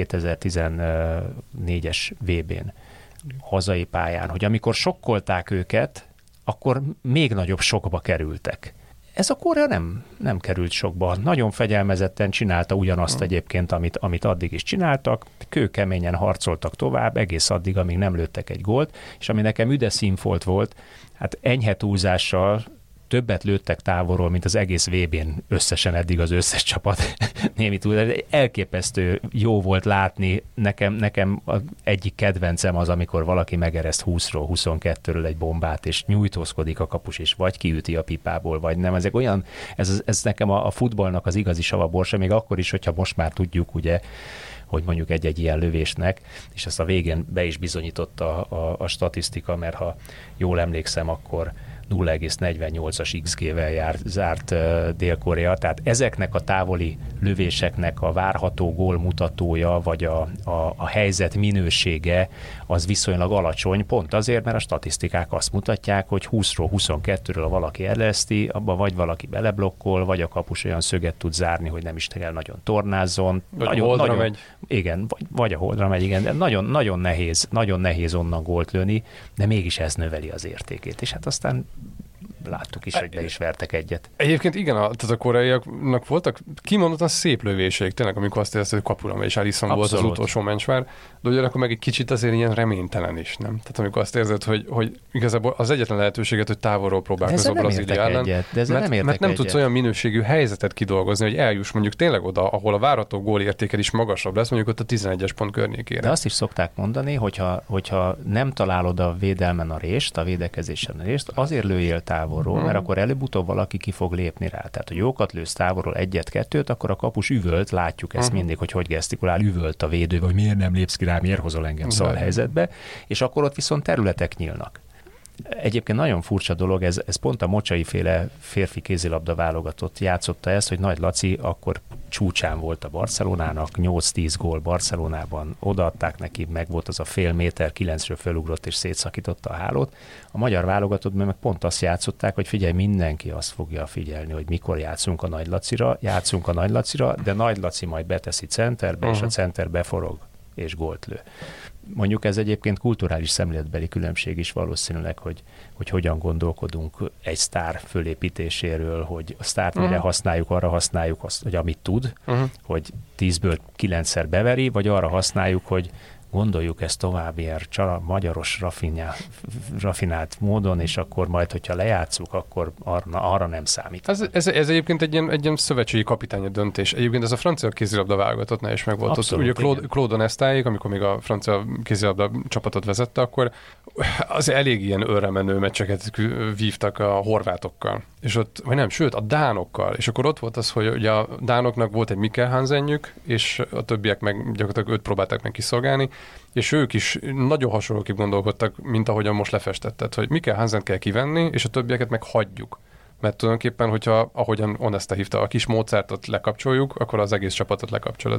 kétezer-tizennégyes vé bén hazai pályán, hogy amikor sokkolták őket, akkor még nagyobb sokba kerültek. Ez a Korea nem, nem került sokba. Nagyon fegyelmezetten csinálta ugyanazt egyébként, amit, amit addig is csináltak, kőkeményen harcoltak tovább, egész addig, amíg nem lőttek egy gólt, és ami nekem üde színfolt volt, hát enyhe túlzással többet lőttek távolról, mint az egész vé bén összesen eddig az összes csapat. Némi túl, elképesztő jó volt látni. Nekem, nekem egyik kedvencem az, amikor valaki megereszt húszról, huszonkettőről egy bombát, és nyújtózkodik a kapus, és vagy kiüti a pipából, vagy nem. Ezek olyan, ez, ez nekem a, a futballnak az igazi savaborsa, még akkor is, hogyha most már tudjuk, ugye, hogy mondjuk egy-egy ilyen lövésnek, és ezt a végén be is bizonyította a, a statisztika, mert ha jól emlékszem, akkor nulla egész negyvennyolcas iksz gé-vel jár, zárt uh, Dél-Korea, tehát ezeknek a távoli lövéseknek a várható gólmutatója, vagy a, a, a helyzet minősége az viszonylag alacsony, pont azért, mert a statisztikák azt mutatják, hogy húszról huszonkettőről valaki eleszti, abban vagy valaki beleblokkol, vagy a kapus olyan szöget tud zárni, hogy nem is kell nagyon tornázzon. Vagy nagyon, a holdra nagyon, megy. Igen, vagy, vagy a holdra megy, igen, de nagyon, nagyon nehéz, nagyon nehéz onnan gólt lőni, de mégis ez növeli az értékét, és hát aztán láttuk is, hogy be is vertek egyet. Egyébként igen, a, tehát a koreaiaknak voltak kimondottan szép lövések, tényleg, amikor azt érezted, hogy kapura megy, és Alisson volt az utolsó mencsvár, de ugyanakkor meg egy kicsit azért ilyen reménytelen is, nem? Tehát amikor azt érzed, hogy, hogy igazából az egyetlen lehetőséget, hogy távolról próbálkozol Brazília ellen, egyet, de mert nem, mert nem egyet. tudsz olyan minőségű helyzetet kidolgozni, hogy eljuss mondjuk tényleg oda, ahol a várható gólértéked is magasabb lesz, mondjuk ott a tizenegyes pont környékére. De azt is szokták mondani, hogyha, hogyha nem találod a védelmen a rést, a védekezésen a rést, azért lőjél távolról, hmm. mert akkor előbb-utóbb valaki ki fog lépni rá. Tehát, hogy jókat lősz távolról egyet-kettőt, akkor a kapus üvölt, látjuk ezt uh-huh. mindig, hogy hogy gesztikulál, üvölt a védő, vagy miért nem lépsz ki rá, miért hozol engem szar helyzetbe, és akkor ott viszont területek nyílnak. Egyébként nagyon furcsa dolog, ez, ez pont a Mocsai féle férfi kézilabda válogatott játszotta ezt, hogy Nagy Laci akkor csúcsán volt a Barcelonának, nyolc-tíz gól Barcelonában, odaadták neki, meg volt az a fél méter, kilencről fölugrott és szétszakította a hálót. A magyar válogatottban meg pont azt játszották, hogy figyelj, mindenki azt fogja figyelni, hogy mikor játszunk a Nagy Lacira, játszunk a Nagy Lacira, de Nagy Laci majd beteszi centerbe, uh-huh. és a center beforog és gólt lő. Mondjuk ez egyébként kulturális szemléletbeli különbség is valószínűleg, hogy, hogy hogyan gondolkodunk egy sztár fölépítéséről, hogy a sztárt uh-huh. mire használjuk, arra használjuk azt, hogy amit tud, uh-huh. hogy tízből kilencszer beveri, vagy arra használjuk, hogy gondoljuk ezt tovább ilyen csala, magyaros rafinál, rafinált módon, és akkor majd, hogyha lejátszuk, akkor arra, arra nem számít. Ez, ez, ez egyébként egy ilyen, egy ilyen szövetségi kapitányi döntés. Egyébként ez a francia kézilabda válogatottnál is megvolt. Abszolút, ugye Claude, Claude Onestáék, amikor még a francia kézilabda csapatot vezette, akkor az elég ilyen örremenő meccseket vívtak a horvátokkal. És ott, vagy nem, sőt, a dánokkal. És akkor ott volt az, hogy ugye a dánoknak volt egy Mikkel Hansenjük, és a többiek meg gyakorlatilag őt próbálták meg kiszolgálni, és ők is nagyon hasonlóképp gondolkodtak, mint ahogyan most lefestetted, hogy Mikkel Hansent kell kivenni, és a többieket meg hagyjuk. Mert tulajdonképpen, hogyha ahogyan Onesta hívta, a kis Mozartot lekapcsoljuk, akkor az egész csapatot lekapcsolod.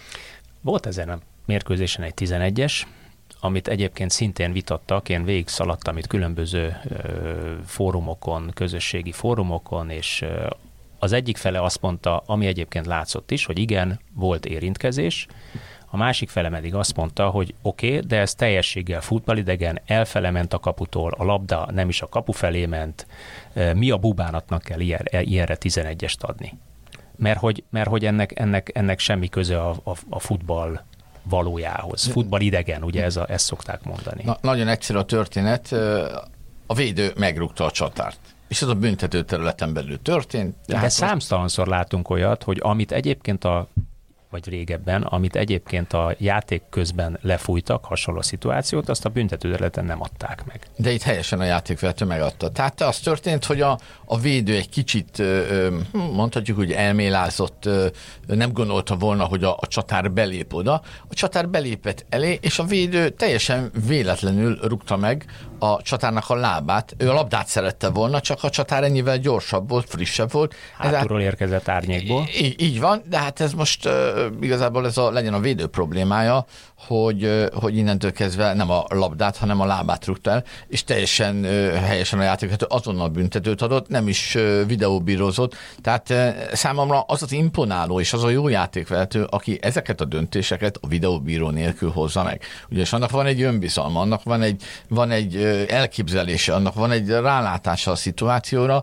Volt ezen a mérkőzésen egy tizenegyes, amit egyébként szintén vitattak, én végig szaladtam itt különböző ö, fórumokon, közösségi fórumokon, és ö, az egyik fele azt mondta, ami egyébként látszott is, hogy igen, volt érintkezés, a másik fele pedig azt mondta, hogy oké, okay, de ez teljességgel futballidegen, elfele ment a kaputól, a labda nem is a kapu felé ment, mi a bubánatnak kell ilyen, ilyenre tizenegyest adni? Mert hogy, mert hogy ennek, ennek, ennek semmi köze a, a, a futball valójához. Futball idegen, ugye ez a, ezt szokták mondani. Na, nagyon egyszerű a történet. A védő megrúgta a csatárt. És ez a büntető területen belül történt. De számtalanszor látunk olyat, hogy amit egyébként a vagy régebben, amit egyébként a játék közben lefújtak, hasonló szituációt, azt a büntetőterületen nem adták meg. De itt helyesen a játékvezető megadta. Tehát az történt, hogy a, a védő egy kicsit, mondhatjuk, hogy elmélázott, nem gondolta volna, hogy a, a csatár belép oda. A csatár belépett elé, és a védő teljesen véletlenül rúgta meg a csatárnak a lábát. Ő a labdát szerette volna, csak a csatár ennyivel gyorsabb volt, frissebb volt. Hátulról érkezett árnyékból. Így, így van, de hát ez most uh, igazából ez a, legyen a védő problémája, hogy, uh, hogy innentől kezdve nem a labdát, hanem a lábát rúgta el, és teljesen uh, helyesen a játékvezető azonnal büntetőt adott, nem is uh, videóbírózott. Tehát uh, számomra az az imponáló, és az a jó játékvezető, aki ezeket a döntéseket a videóbíró nélkül hozza meg. Ugyanis annak van egy önbizalma, annak van egy, van egy uh, elképzelése, annak van egy rálátása a szituációra.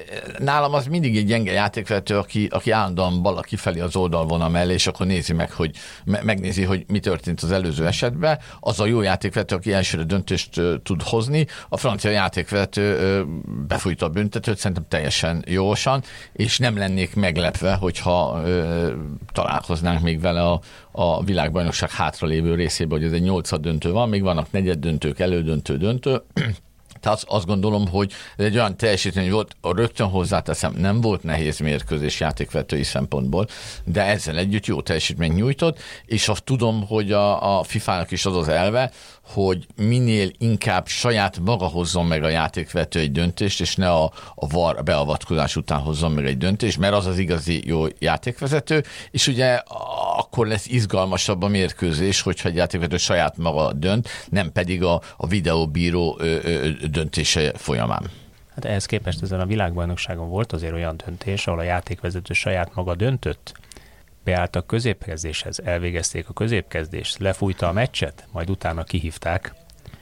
Nálam az mindig egy gyenge játékvezető, aki, aki állandóan bal kifelé az oldalvonal mellé, és akkor nézi meg, hogy me, megnézi, hogy mi történt az előző esetben. Az a jó játékvezető, aki elsőre döntést uh, tud hozni. A francia játékvezető uh, befújta a büntetőt, szerintem teljesen jósan, és nem lennék meglepve, hogyha uh, találkoznánk még vele a, a világbajnokság hátralévő részében, hogy ez egy nyolcad döntő van, még vannak negyed döntők, elődöntő, döntő. Tehát azt gondolom, hogy ez egy olyan teljesítmény volt, rögtön hozzáteszem, nem volt nehéz mérkőzés játékvetői szempontból, de ezzel együtt jó teljesítményt nyújtott, és azt tudom, hogy a, a fifának is az az elve, hogy minél inkább saját maga hozzon meg a játékvető egy döntést, és ne a, a VAR beavatkozás után hozzon meg egy döntést, mert az az igazi jó játékvezető, és ugye akkor lesz izgalmasabb a mérkőzés, hogyha egy játékvető saját maga dönt, nem pedig a, a videóbíró ö, ö, döntése folyamán. Hát ehhez képest ezen a világbajnokságon volt azért olyan döntés, ahol a játékvezető saját maga döntött, beálltak középkezdéshez, elvégezték a középkezdést, lefújta a meccset, majd utána kihívták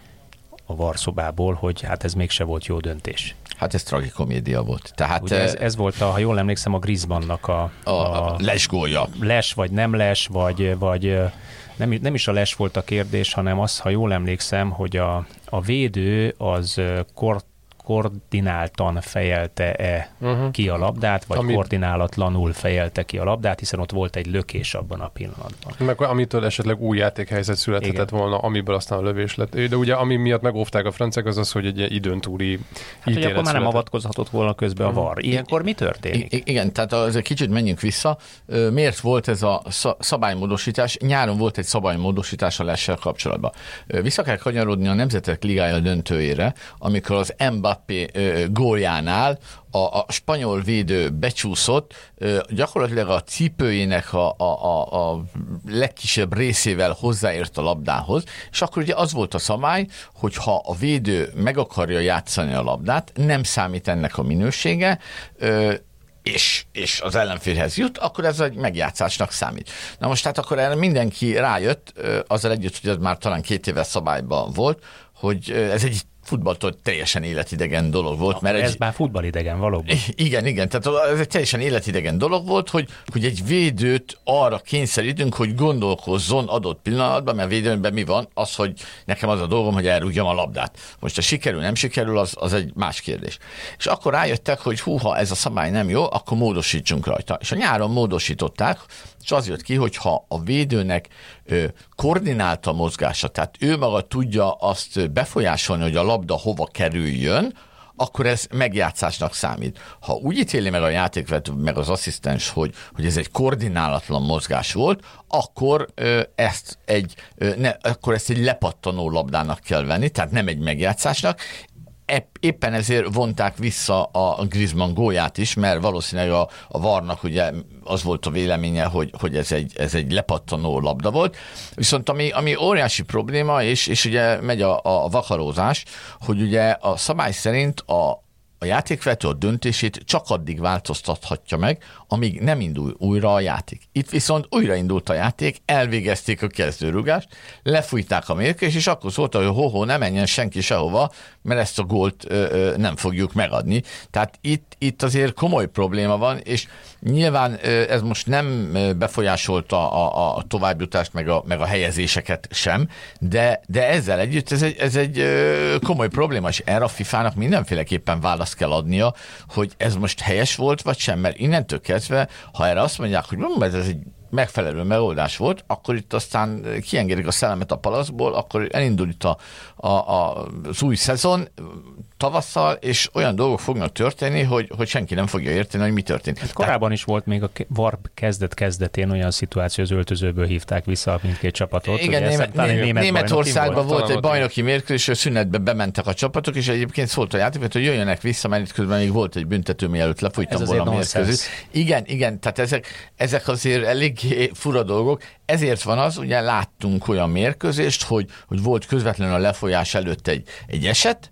a VAR szobából, hogy hát ez mégse volt jó döntés. Hát ez tragikomédia volt. Tehát ugye ez, ez volt, a, ha jól emlékszem, a Griezmannnak a, a, a lesgólja. Les vagy nem les, vagy, vagy nem, nem is a les volt a kérdés, hanem az, ha jól emlékszem, hogy a, a védő az kort koordináltan fejelte-e uh-huh. ki a labdát, vagy Ami... koordinálatlanul fejelte ki a labdát, hiszen ott volt egy lökés abban a pillanatban. Meg amitől esetleg új játékhelyzet születhetett Igen. volna, amiből aztán a lövés lett. De ugye ami miatt megóvták a franciák, az az, hogy egy időn túli hát, ítélet akkor már nem avatkozhatott volna közbe a VAR. Ilyenkor mi történik? I- igen, tehát az egy kicsit menjünk vissza. Miért volt ez a szabálymódosítás? Nyáron volt egy szabálymódosítás a lessel kapcsolatban. Vissza kell kanyarodni a Nemzetek Ligája döntőjére, amikor az Mbappé góljánál a, a spanyol védő becsúszott, gyakorlatilag a cipőjének a, a, a, a legkisebb részével hozzáért a labdához, és akkor ugye az volt a szabály, hogy ha a védő meg akarja játszani a labdát, nem számít ennek a minősége, és, és az ellenfélhez jut, akkor ez egy megjátszásnak számít. Na most tehát akkor erre mindenki rájött, azzal együtt, hogy ez már talán két éves szabályban volt, hogy ez egy futballtól teljesen életidegen dolog volt. Mert ez egy... már futballidegen valóban. Igen, igen, tehát ez egy teljesen életidegen dolog volt, hogy, hogy egy védőt arra kényszerítünk, hogy gondolkozzon adott pillanatban, mert védőben mi van? Az, hogy nekem az a dolgom, hogy elrúgjam a labdát. Most ha sikerül, nem sikerül, az, az egy más kérdés. És akkor rájöttek, hogy húha, ez a szabály nem jó, akkor módosítsunk rajta. És a nyáron módosították, és az jött ki, hogy ha a védőnek ö, koordinálta a mozgása, tehát ő maga tudja azt befolyásolni, hogy a labda hova kerüljön, akkor ez megjátszásnak számít. Ha úgy ítéli meg a játékvezető, meg az asszisztens, hogy, hogy ez egy koordinálatlan mozgás volt, akkor ö, ezt egy ö, ne, akkor ezt egy lepattanó labdának kell venni, tehát nem egy megjátszásnak. Éppen ezért vonták vissza a Griezmann gólját is, mert valószínűleg a, a VAR-nak ugye az volt a véleménye, hogy, hogy ez, egy, ez egy lepattanó labda volt. Viszont ami, ami óriási probléma, és, és ugye megy a, a vakarózás, hogy ugye a szabály szerint a A játékvezető a döntését csak addig változtathatja meg, amíg nem indul újra a játék. Itt viszont újraindult a játék, elvégezték a kezdőrúgást, lefújták a mérkőzést, és akkor szólt, hogy ho-ho, ne menjen senki sehova, mert ezt a gólt ö, ö, nem fogjuk megadni. Tehát itt, itt azért komoly probléma van, és nyilván ö, ez most nem befolyásolta a, a továbbjutást, meg a, meg a helyezéseket sem, de, de ezzel együtt ez egy, ez egy ö, komoly probléma, és erre a fifának mindenféleképpen válasz kell adnia, hogy ez most helyes volt, vagy sem, mert innentől kezdve, ha erre azt mondják, hogy ez egy megfelelő megoldás volt, akkor itt aztán kiengedik a szellemet a palaszból, akkor elindul itt a, a, a, az új szezon tavasszal, és olyan dolgok fognak történni, hogy, hogy senki nem fogja érteni, hogy mi történt. Hát korábban is volt még a VAR kezdet-kezdetén olyan szituáció, az öltözőből hívták vissza mindkét csapatot. Igen, ugye, Német, Német, Német Németországban volt, volt egy bajnoki mérkőzés, szünetbe bementek a csapatok, és egyébként szólt a játékot, hogy jöjjenek vissza, mert itt közben még volt egy büntető, mielőtt lefújtam volna a mérkőzést. Igen, igen, tehát ezek, ezek azért eléggé fura dolgok. Ezért van az, ugye láttunk olyan mérkőzést, hogy, hogy volt közvetlenül a lefolyás előtt egy, egy eset,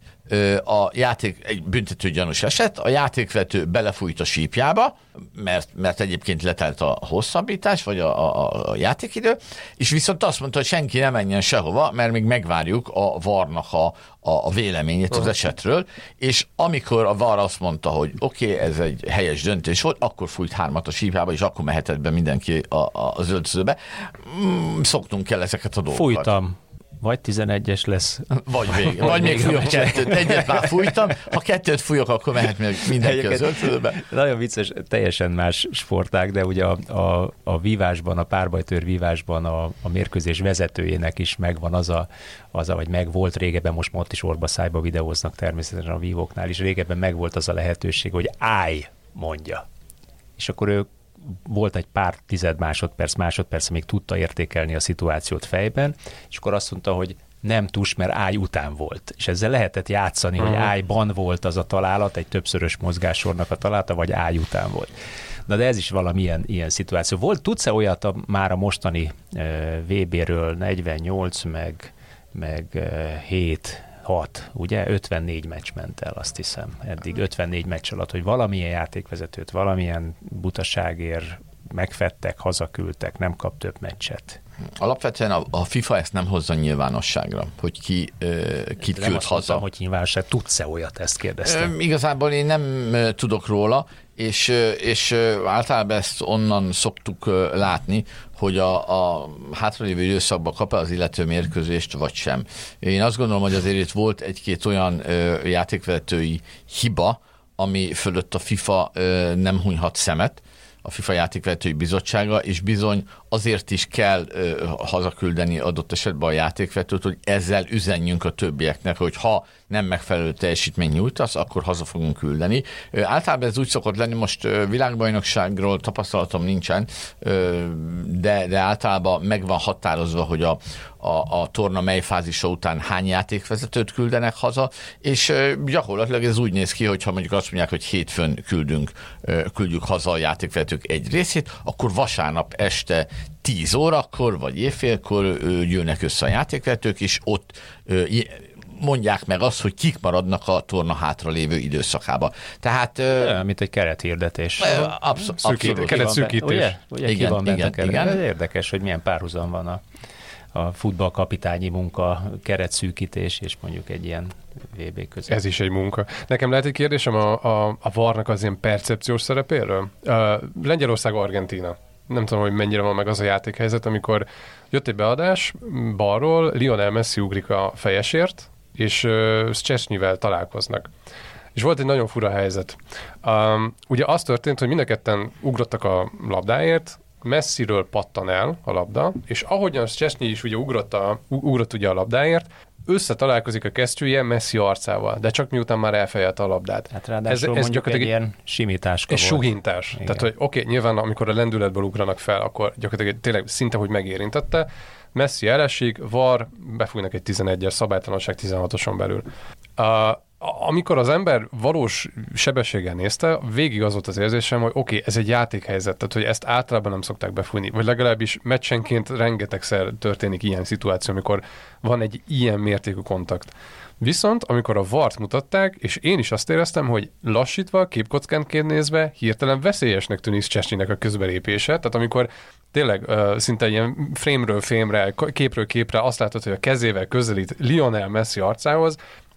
a játék, egy büntető gyanús eset, a játékvető belefújt a sípjába, mert, mert egyébként letelt a hosszabbítás, vagy a, a, a játékidő, és viszont azt mondta, hogy senki ne menjen sehova, mert még megvárjuk a VAR-nak a, a, a véleményét az esetről, és amikor a VAR azt mondta, hogy oké, okay, ez egy helyes döntés volt, akkor fújt hármat a sípjába, és akkor mehetett be mindenki a, a, az öltözőbe. Mm, szoktunk el ezeket a dolgokat. Fújtam. Vagy tizenegyes lesz. Vagy még, vagy még fújok kettőt. Egyet már fújtam, ha kettőt fújok, akkor mehet még mindenki az öltözőbe. Nagyon vicces, teljesen más sportág, de ugye a, a, a vívásban, a párbajtőr vívásban a, a mérkőzés vezetőjének is megvan az a, az a, vagy meg volt régebben, most ma ott is orba szájba videóznak természetesen a vívóknál is, régebben meg volt az a lehetőség, hogy állj, mondja. És akkor ő volt egy pár tized másodperc, másodperc, még tudta értékelni a szituációt fejben, és akkor azt mondta, hogy nem tus, mert áj után volt. És ezzel lehetett játszani, uh-huh. hogy ájban volt az a találat, egy többszörös mozgássornak a találata, vagy áj után volt. Na de ez is valamilyen ilyen szituáció. Volt, tudsz-e olyat a, már a mostani uh, vé béről negyvennyolc, meg, meg uh, hét, hat, ugye? ötvennégy meccs ment el, azt hiszem, eddig ötvennégy meccs alatt, hogy valamilyen játékvezetőt, valamilyen butaságért megfettek, hazaküldtek, nem kap több meccset. Alapvetően a, a FIFA ezt nem hozza nyilvánosságra, hogy ki ö, kit küld haza. Mondtam, hogy nyilvánosság, tudsz-e olyat, ezt kérdeztem. Ö, igazából én nem ö, tudok róla, és, ö, és ö, általában ezt onnan szoktuk ö, látni, hogy a, a hátralévő időszakban kap-e az illető mérkőzést, vagy sem. Én azt gondolom, hogy azért itt volt egy-két olyan ö, játékvezetői hiba, ami fölött a FIFA ö, nem hunyhat szemet, a FIFA játékvezetői bizottsága, és bizony azért is kell ö, hazaküldeni adott esetben a játékvezetőt, hogy ezzel üzenjünk a többieknek, hogy ha nem megfelelő teljesítmény nyújtasz, akkor haza fogunk küldeni. Ö, általában ez úgy szokott lenni, most ö, világbajnokságról tapasztalatom nincsen, ö, de, de általában meg van határozva, hogy a, a, a torna mely fázisa után hány játékvezetőt küldenek haza, és ö, gyakorlatilag ez úgy néz ki, hogyha mondjuk azt mondják, hogy hétfőn küldünk, ö, küldjük haza a játékvezetők egy részét, akkor vasárnap este tíz órakor, vagy éjfélkor ö, jönnek össze a játékvezetők, és ott ö, mondják meg azt, hogy kik maradnak a torna hátralévő időszakába. Tehát... Ja, mint egy kerethirdetés. Absz- abszolút. Keretszűkítés. Ugye? Ugye igen, ki van igen, benne igen. Ez érdekes, hogy milyen párhuzam van a, a futballkapitányi munka, keretszűkítés, és mondjuk egy ilyen vé bé között. Ez is egy munka. Nekem lehet egy kérdésem a, a, a VAR-nak az ilyen percepciós szerepéről? Uh, Lengyelország, Argentína. Nem tudom, hogy mennyire van meg az a játékhelyzet, amikor jött egy beadás balról, Lionel Messi ugrik a fejesért, és uh, Szczesnyivel találkoznak. És volt egy nagyon fura helyzet. Um, ugye az történt, hogy mind a ketten ugrottak a labdáért, Messiről pattan el a labda, és ahogyan Szczesnyi is ugye ugrott, a, ugrott ugye a labdáért, összetalálkozik a kesztyűje Messi arcával, de csak miután már elfejelte a labdát. Hát ráadásul ez, ez mondjuk egy ilyen simításka egy volt. sugintás. Igen. Tehát, hogy oké, okay, nyilván amikor a lendületből ugranak fel, akkor gyakorlatilag tényleg szinte, hogy megérintette. Messi elesik, VAR, befújnak egy tizenegyes, szabálytalanság tizenhatoson belül. Uh, amikor az ember valós sebességgel nézte, végig az volt az érzésem, hogy oké, okay, ez egy játékhelyzet, tehát hogy ezt általában nem szokták befújni, vagy legalábbis meccsenként rengetegszer történik ilyen szituáció, amikor van egy ilyen mértékű kontakt. Viszont, amikor a vart mutatták, és én is azt éreztem, hogy lassítva, képkockánként nézve, hirtelen veszélyesnek tűnik Szczesnyinek a közbelépése, tehát amikor tényleg uh, szinte ilyen frame-ről frame-re, képről képre azt látod, hogy a kezével közelít Lionel Messi arcához,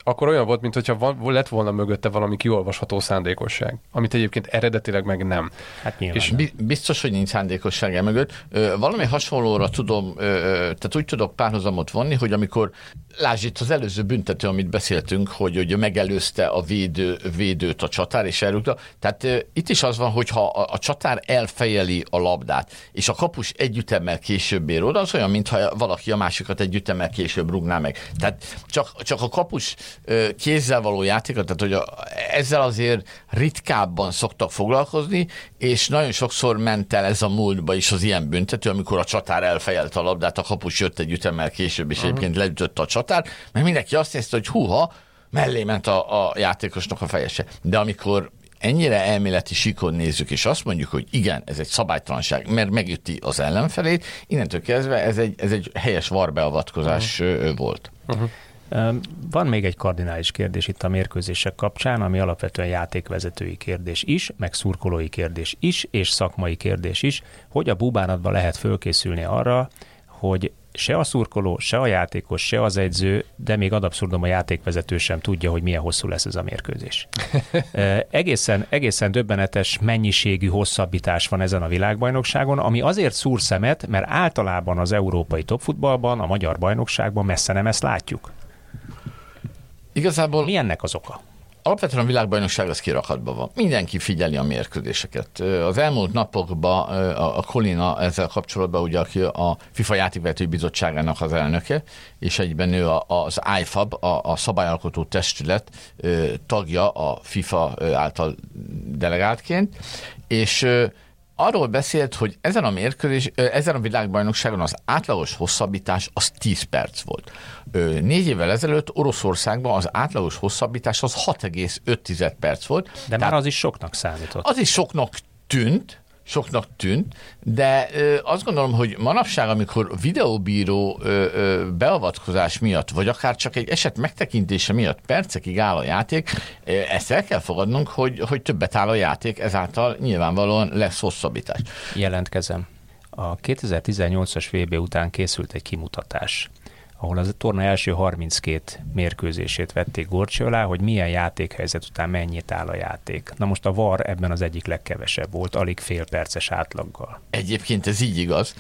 akkor olyan volt, mintha van, lett volna mögötte valami kiolvasható szándékosság, amit egyébként eredetileg meg nem. Hát és nem. Biztos, hogy nincs szándékosság e mögött. Ö, valami hasonlóra tudom, ö, tehát úgy tudok párhuzamot vonni, hogy amikor, lásd itt az előző büntető, amit beszéltünk, hogy, hogy megelőzte a védő, védőt a csatár, és elrúgta. Tehát ö, itt is az van, hogy ha a, a csatár elfejeli a labdát, és a kapus egy ütemmel később ér oda, az olyan, mintha valaki a másikat egy ütemmel később rúgná meg. Tehát csak, csak a kapus ö, kézzel való játékot, tehát hogy a, ezzel azért ritkábban szoktak foglalkozni, és nagyon sokszor ment el ez a múltba is az ilyen büntető, amikor a csatár elfejelte a labdát, a kapus jött egy ütemmel később, és uh-huh. egyébként leütötte a csatár, mert mindenki azt nézte, hogy húha, mellé ment a, a játékosnak a fejese. De amikor ennyire elméleti síkon nézzük, és azt mondjuk, hogy igen, ez egy szabálytalanság, mert megüti az ellenfelét, innentől kezdve ez egy, ez egy helyes varbeavatkozás uh-huh. volt. Uh-huh. Van még egy kardinális kérdés itt a mérkőzések kapcsán, ami alapvetően játékvezetői kérdés is, meg szurkolói kérdés is, és szakmai kérdés is, hogy a búbánatban lehet fölkészülni arra, hogy se a szurkoló, se a játékos, se az edző, de még ad abszurdum a játékvezető sem tudja, hogy milyen hosszú lesz ez a mérkőzés. egészen, egészen döbbenetes mennyiségű hosszabbítás van ezen a világbajnokságon, ami azért szúr szemet, mert általában az európai topfutballban, a magyar bajnokságban messze nem ezt látjuk. Igazából... Mi ennek az oka? Alapvetően a világbajnokság az kirakatban van. Mindenki figyeli a mérkőzéseket. Az elmúlt napokban a Kolina ezzel kapcsolatban, ugye, aki a FIFA játékvezetői bizottságának az elnöke, és egyben ő az i ef á bé, a, a szabályalkotó testület tagja a FIFA által delegáltként, és arról beszélt, hogy ezen a mérkőzés, ezen a világbajnokságon az átlagos hosszabbítás az tíz perc volt. Négy évvel ezelőtt Oroszországban az átlagos hosszabbítás az hat egész öt perc volt. De Tehát már az is soknak számított. Az is soknak tűnt, soknak tűnt, de ö, azt gondolom, hogy manapság, amikor videóbíró ö, ö, beavatkozás miatt, vagy akár csak egy eset megtekintése miatt percekig áll a játék, ö, ezt el kell fogadnunk, hogy, hogy többet áll a játék, ezáltal nyilvánvalóan lesz hosszabbítás. Jelentkezem. A kétezer-tizennyolcas vé bé után készült egy kimutatás, ahol az a torna első harminckét mérkőzését vették górcső alá, hogy milyen játékhelyzet után mennyit áll a játék. Na most a VAR ebben az egyik legkevesebb volt, alig fél perces átlaggal. Egyébként ez így igaz,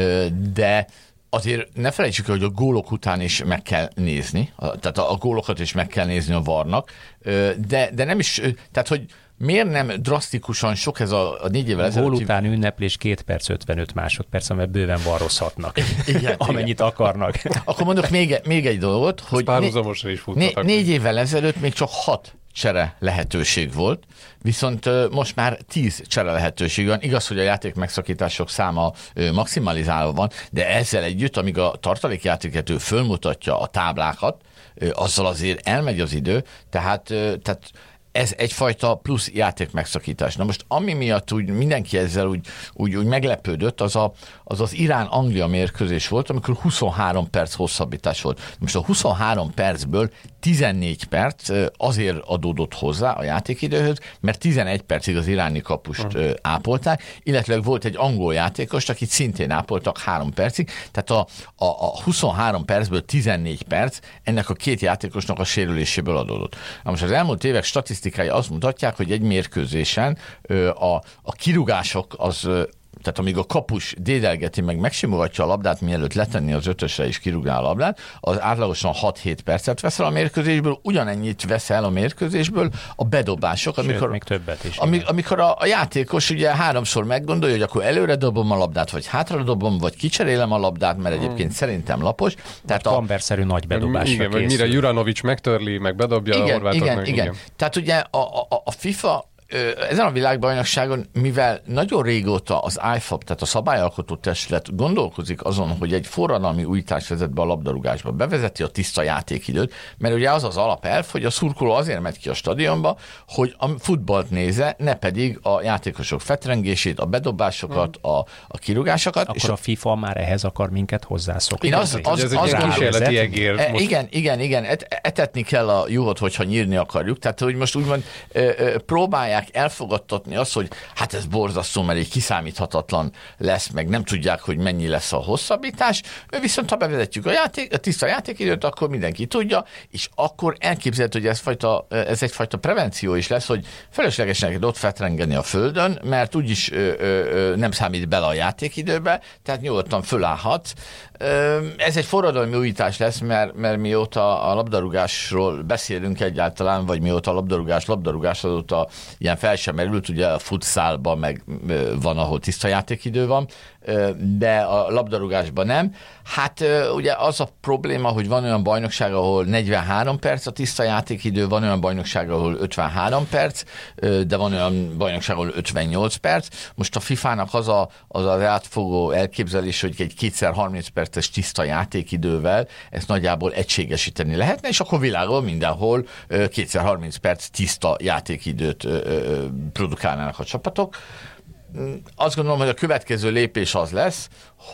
de azért ne felejtsük el, hogy a gólok után is meg kell nézni, tehát a gólokat is meg kell nézni a VAR-nak, de, de nem is, tehát hogy miért nem drasztikusan sok ez a, a négy évvel ezelőtt? Gól után ünneplés két perc ötvenöt másodperc, amely bőven varrozhatnak. Igen, amennyit igen. akarnak. Akkor mondok még, még egy dolgot, hogy párhuzamosra is né, négy évvel ezelőtt még csak hat csere lehetőség volt, viszont most már tíz csere lehetőség van. Igaz, hogy a játék megszakítások száma maximalizálva van, de ezzel együtt, amíg a tartalékjátékvető fölmutatja a táblákat, azzal azért elmegy az idő, tehát, tehát ez egyfajta plusz játék megszakítás. Na most ami miatt úgy mindenki ezzel úgy, úgy, úgy meglepődött, az, a, az az Irán-Anglia mérkőzés volt, amikor huszonhárom perc hosszabbítás volt. Most a huszonhárom percből tizennégy perc azért adódott hozzá a játékidőhöz, mert tizenegy percig az iráni kapust uh. ápolták, illetve volt egy angol játékos, akit szintén ápoltak három percig, tehát a, a, a huszonhárom percből tizennégy perc ennek a két játékosnak a sérüléséből adódott. Na most az elmúlt évek statisztikai azt mutatják, hogy egy mérkőzésen a, a kirúgások az, tehát amíg a kapus dédelgeti meg megsimogatja a labdát, mielőtt letenni az ötösre és kirúgná a labdát, az átlagosan hat-hét percet vesz el a mérkőzésből, ugyanennyit vesz el a mérkőzésből a bedobások, amikor, Sőt, még többet is. Amik, amikor a, a játékos ugye háromszor meggondolja, hogy akkor előre dobom a labdát, vagy hátra dobom, vagy kicserélem a labdát, mert egyébként hmm. szerintem lapos. Tehát a kamberszerű nagy bedobásra igen, készül. Mire Juranovics megtörli, meg bedobja igen, a horvátoknak. Igen, igen, igen. Tehát ugye a, a, a FIFA ezen a világbajnokságon, mivel nagyon régóta az i ef á bé, tehát a szabályalkotó testület gondolkozik azon, hogy egy forradalmi újítást vezet be a labdarúgásba, bevezeti a tiszta játékidőt, mert ugye az az alapelv, hogy a szurkoló azért megy ki a stadionba, hogy a futballt nézze, ne pedig a játékosok fetrengését, a bedobásokat, a, a kirúgásokat. Akkor és a FIFA már ehhez akar minket hozzászokni. Én az, az, ez az, egy az kísérleti egér. E, igen, igen, igen, et, etetni kell a juhot, hogyha nyírni akarjuk, tehát hogy most úgymond e, e, próbálják tudják elfogadtatni azt, hogy hát ez borzasztó, mert egy kiszámíthatatlan lesz, meg nem tudják, hogy mennyi lesz a hosszabbítás, viszont ha bevezetjük a, játék, a tiszta játékidőt, akkor mindenki tudja, és akkor elképzelhető, hogy ez, fajta, ez egyfajta prevenció is lesz, hogy feleslegesen neked ott fetrengeni a földön, mert úgyis ö, ö, ö, nem számít bele a játékidőbe, tehát nyugodtan fölállhatsz. Ez egy forradalmi újítás lesz, mert, mert mióta a labdarúgásról beszélünk egyáltalán, vagy mióta a labdarúgás, labdarúgás azóta ilyen fel sem merült, ugye a futszálban meg van, ahol tiszta játékidő van, de a labdarúgásban nem. Hát ugye az a probléma, hogy van olyan bajnokság, ahol negyvenhárom perc a tiszta játékidő, van olyan bajnokság, ahol ötvenhárom perc, de van olyan bajnokság, ahol ötvennyolc perc. Most a fifának az a, az az átfogó elképzelés, hogy egy kétszer harminc perces tiszta játékidővel ezt nagyjából egységesíteni lehetne, és akkor világon mindenhol kétszer harminc perc tiszta játékidőt produkálnának a csapatok. Azt gondolom, hogy a következő lépés az lesz,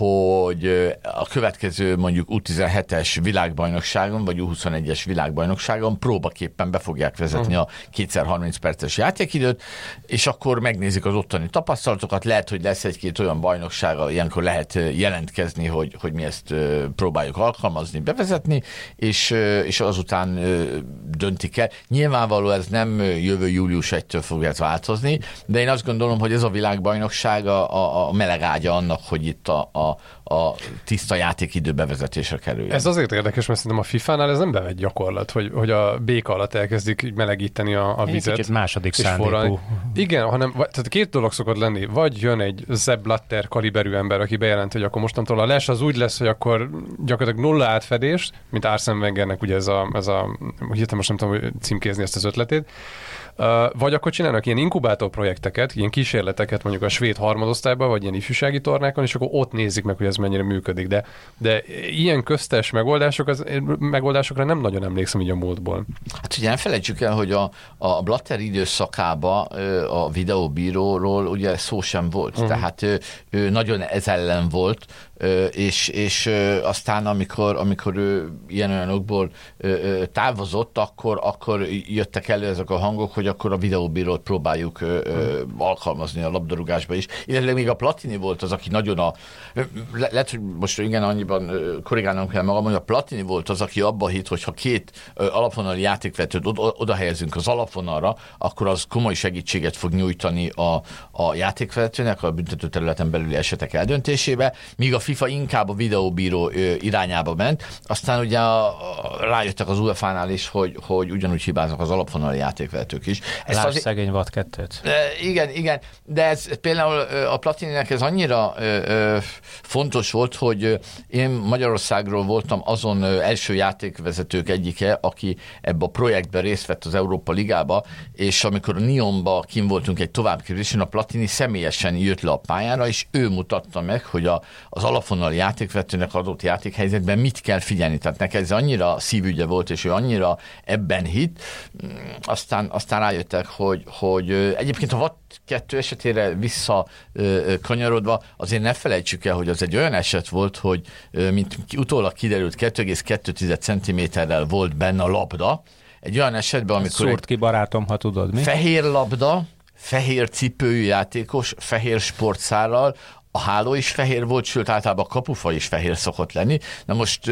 hogy a következő mondjuk U tizenhetes világbajnokságon, vagy U huszonegyes világbajnokságon próbaképpen be fogják vezetni a kétszer harminc perces játékidőt, és akkor megnézik az ottani tapasztalatokat, lehet, hogy lesz egy-két olyan bajnokság, ilyenkor lehet jelentkezni, hogy, hogy mi ezt próbáljuk alkalmazni, bevezetni, és, és azután döntik el. Nyilvánvaló ez nem jövő július elsejétől fog ez változni, de én azt gondolom, hogy ez a világbajnokság a, a, a melegágya annak, hogy itt a, a A, a tiszta játékidő bevezetésre kerül. Ez azért érdekes, mert szerintem a fifánál ez nem bevett gyakorlat, hogy, hogy a béka alatt elkezdik melegíteni a, a vizet. Egy második szándékú. Igen, hanem tehát két dolog szokott lenni. Vagy jön egy Sepp Blatter kaliberű ember, aki bejelent, hogy akkor mostantól a les az úgy lesz, hogy akkor gyakorlatilag nulla átfedés, mint Arsene Wengernek ugye ez a, ez a hirtelen most nem tudom hogy címkézni ezt az ötletét. Uh, vagy akkor csinálnak ilyen inkubátor projekteket, ilyen kísérleteket mondjuk a svéd harmadosztályban, vagy ilyen ifjúsági tornákon, és akkor ott nézik meg, hogy ez mennyire működik. De, de ilyen köztes megoldások, az, megoldásokra nem nagyon emlékszem így a múltból. Hát ugye nem felejtsük el, hogy a, a Blatter időszakában a videóbíróról ugye szó sem volt. Uh-huh. Tehát ő, ő nagyon ez ellen volt, és, és aztán amikor, amikor ő ilyen olyanokból távozott, akkor, akkor jöttek elő ezek a hangok, hogy akkor a videóbírót próbáljuk hmm. alkalmazni a labdarúgásba is. Illetve még a Platini volt az, aki nagyon a... Le, lehet, hogy most igen, annyiban korrigálnom kell magam, hogy a Platini volt az, aki abba hitt, hogy ha két alapvonali játékvetőt oda, oda helyezünk az alapvonalra, akkor az komoly segítséget fog nyújtani a, a játékvetőnek a büntető területen belüli esetek eldöntésébe, míg a FIFA inkább a videóbíró irányába ment. Aztán ugye a, a, rájöttek az u e fánál is, hogy, hogy ugyanúgy hibáznak az alapvonali játékvetők is. Láss azért... szegény vad kettőt. Igen, igen, de ez például a Platininek ez annyira ö, ö, fontos volt, hogy én Magyarországról voltam azon első játékvezetők egyike, aki ebbe a projektben részt vett az Európa Ligába, és amikor a Nyonba kim voltunk egy továbbképzésen, a Platini személyesen jött le a pályára, és ő mutatta meg, hogy a, az alapvonali játékvetőnek adott játékhelyzetben mit kell figyelni. Tehát neki ez annyira szívügye volt, és ő annyira ebben hitt. Aztán, aztán rájöttek, hogy, hogy egyébként a vad kettő esetére visszakanyarodva, azért ne felejtsük el, hogy az egy olyan eset volt, hogy mint utólag kiderült, kettő egész kettő centiméterrel volt benne a labda. Egy olyan esetben, amikor... Szúrt ki barátom, ha tudod mi. Fehér labda, fehér cipőjű játékos, fehér sportszárral, a háló is fehér volt, sőt általában a kapufa is fehér szokott lenni. Na most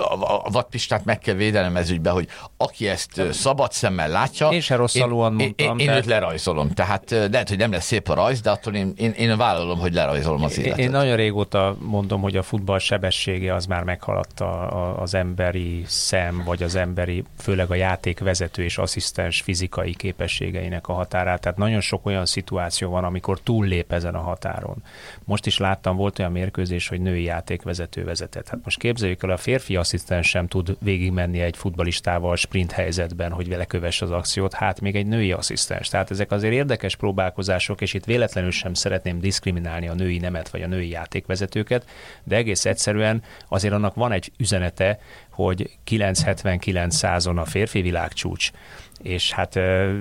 a vadpistát meg kell védenem ez ügyben, hogy aki ezt szabad szemmel látja... Én se rosszalúan én, mondtam. Én, én őt lerajzolom. Tehát lehet, hogy nem lesz szép a rajz, de attól én, én, én vállalom, hogy lerajzolom az életet. Én nagyon régóta mondom, hogy a futball sebessége az már meghaladta az emberi szem, vagy az emberi, főleg a játékvezető és asszisztens fizikai képességeinek a határát. Tehát nagyon sok olyan szituáció van, amikor túllép ezen a határon. Most is láttam, volt olyan mérkőzés, hogy női játékvezető vezetett. Hát most képzeljük el, a férfi asszisztens sem tud végigmenni egy futballistával sprint helyzetben, hogy vele kövesse az akciót, hát még egy női asszisztens. Tehát ezek azért érdekes próbálkozások, és itt véletlenül sem szeretném diszkriminálni a női nemet, vagy a női játékvezetőket, de egész egyszerűen azért annak van egy üzenete, hogy kilencszázhetvenkilenc százon a férfi világcsúcs, és hát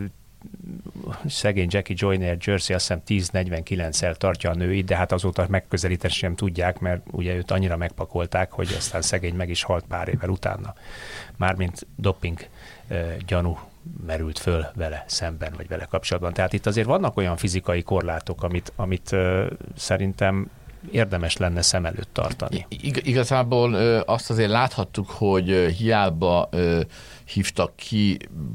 szegény Jackie Joyner Jersey azt hiszem tíz negyvenkilenccel tartja a nőit, de hát azóta megközelíteni sem tudják, mert ugye őt annyira megpakolták, hogy aztán szegény meg is halt pár évvel utána. Mármint doping uh, gyanú merült föl vele szemben, vagy vele kapcsolatban. Tehát itt azért vannak olyan fizikai korlátok, amit, amit uh, szerintem érdemes lenne szem előtt tartani. Ig- igazából ö, azt azért láthattuk, hogy ö, hiába ö, hívtak ki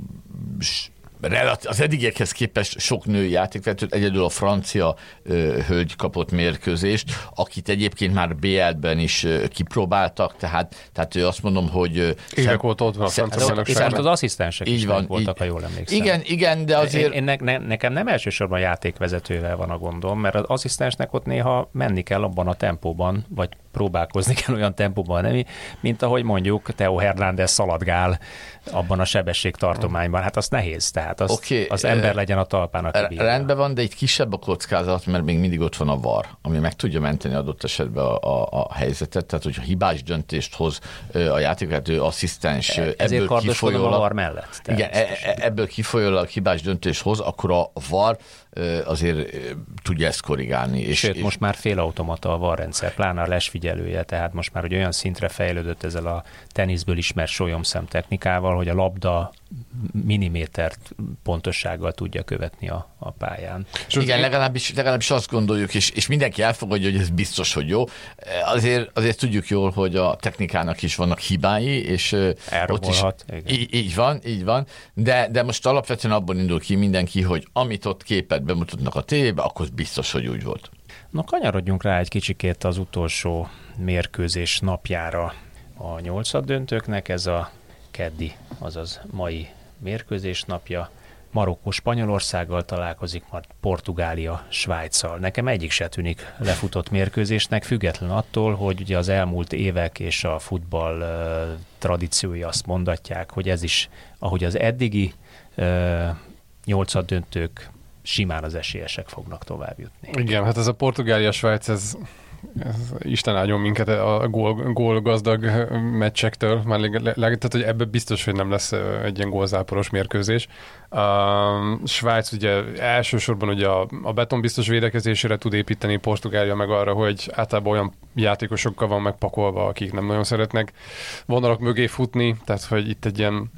s, az eddigiekhez képest sok női játékvezetőt, egyedül a francia ö, hölgy kapott mérkőzést, akit egyébként már bé el-ben is ö, kipróbáltak, tehát, tehát ő azt mondom, hogy... Évek óta ott van a francia bajnokságban. És az asszisztensek is van, voltak, így, ha jól emlékszem. Igen, igen, de azért... Én, én ne, ne, nekem nem elsősorban játékvezetővel van a gondom, mert az asszisztensnek ott néha menni kell abban a tempóban, vagy próbálkozni kell olyan tempóban, nem? Mint ahogy mondjuk Theo Hernández szaladgál abban a sebességtartományban. Hát az nehéz, tehát az, okay, az ember legyen a talpán, aki bírja. Rendben van, de egy kisebb a kockázat, mert még mindig ott van a var, ami meg tudja menteni adott esetben a, a, a helyzetet. Tehát, hogyha hibás döntést hoz a játékvezető asszisztens, e, ebből kifolyólag a var mellett. Igen, e, ebből kifolyólag hibás döntést hoz, akkor a var azért tudja ezt korrigálni. És, Sőt, és most már félautomata a var rendszer, pláne a lesfigyelője, tehát most már hogy olyan szintre fejlődött ezzel a teniszből ismert sólyomszem technikával, hogy a labda millimétert pontossággal tudja követni a, a pályán. És igen, legalábbis, legalábbis azt gondoljuk, és, és mindenki elfogadja, hogy ez biztos, hogy jó. Azért, azért tudjuk jól, hogy a technikának is vannak hibái, és ott is így, így van, így van, de, de most alapvetően abban indul ki mindenki, hogy amit ott képet bemutatnak a tévébe, akkor biztos, hogy úgy volt. Na, kanyarodjunk rá egy kicsikét az utolsó mérkőzés napjára a nyolcaddöntőknek, ez a keddi, azaz mai mérkőzés napja. Marokkó Spanyolországgal találkozik, majd Portugália Svájccal. Nekem egyik se tűnik lefutott mérkőzésnek, független attól, hogy ugye az elmúlt évek és a futball uh, tradíciói azt mondatják, hogy ez is, ahogy az eddigi uh, nyolcaddöntők, simán az esélyesek fognak tovább jutni. Igen, hát ez a Portugália-Svájc, ez, ez Isten áldjon minket a gól, gól gazdag meccsektől, már leg, leg, tehát hogy ebben biztos, hogy nem lesz egy ilyen gólzáporos mérkőzés. A Svájc ugye elsősorban ugye a, a betonbiztos védekezésére tud építeni, Portugália meg arra, hogy általában olyan játékosokkal van megpakolva, akik nem nagyon szeretnek vonalak mögé futni, tehát hogy itt egy ilyen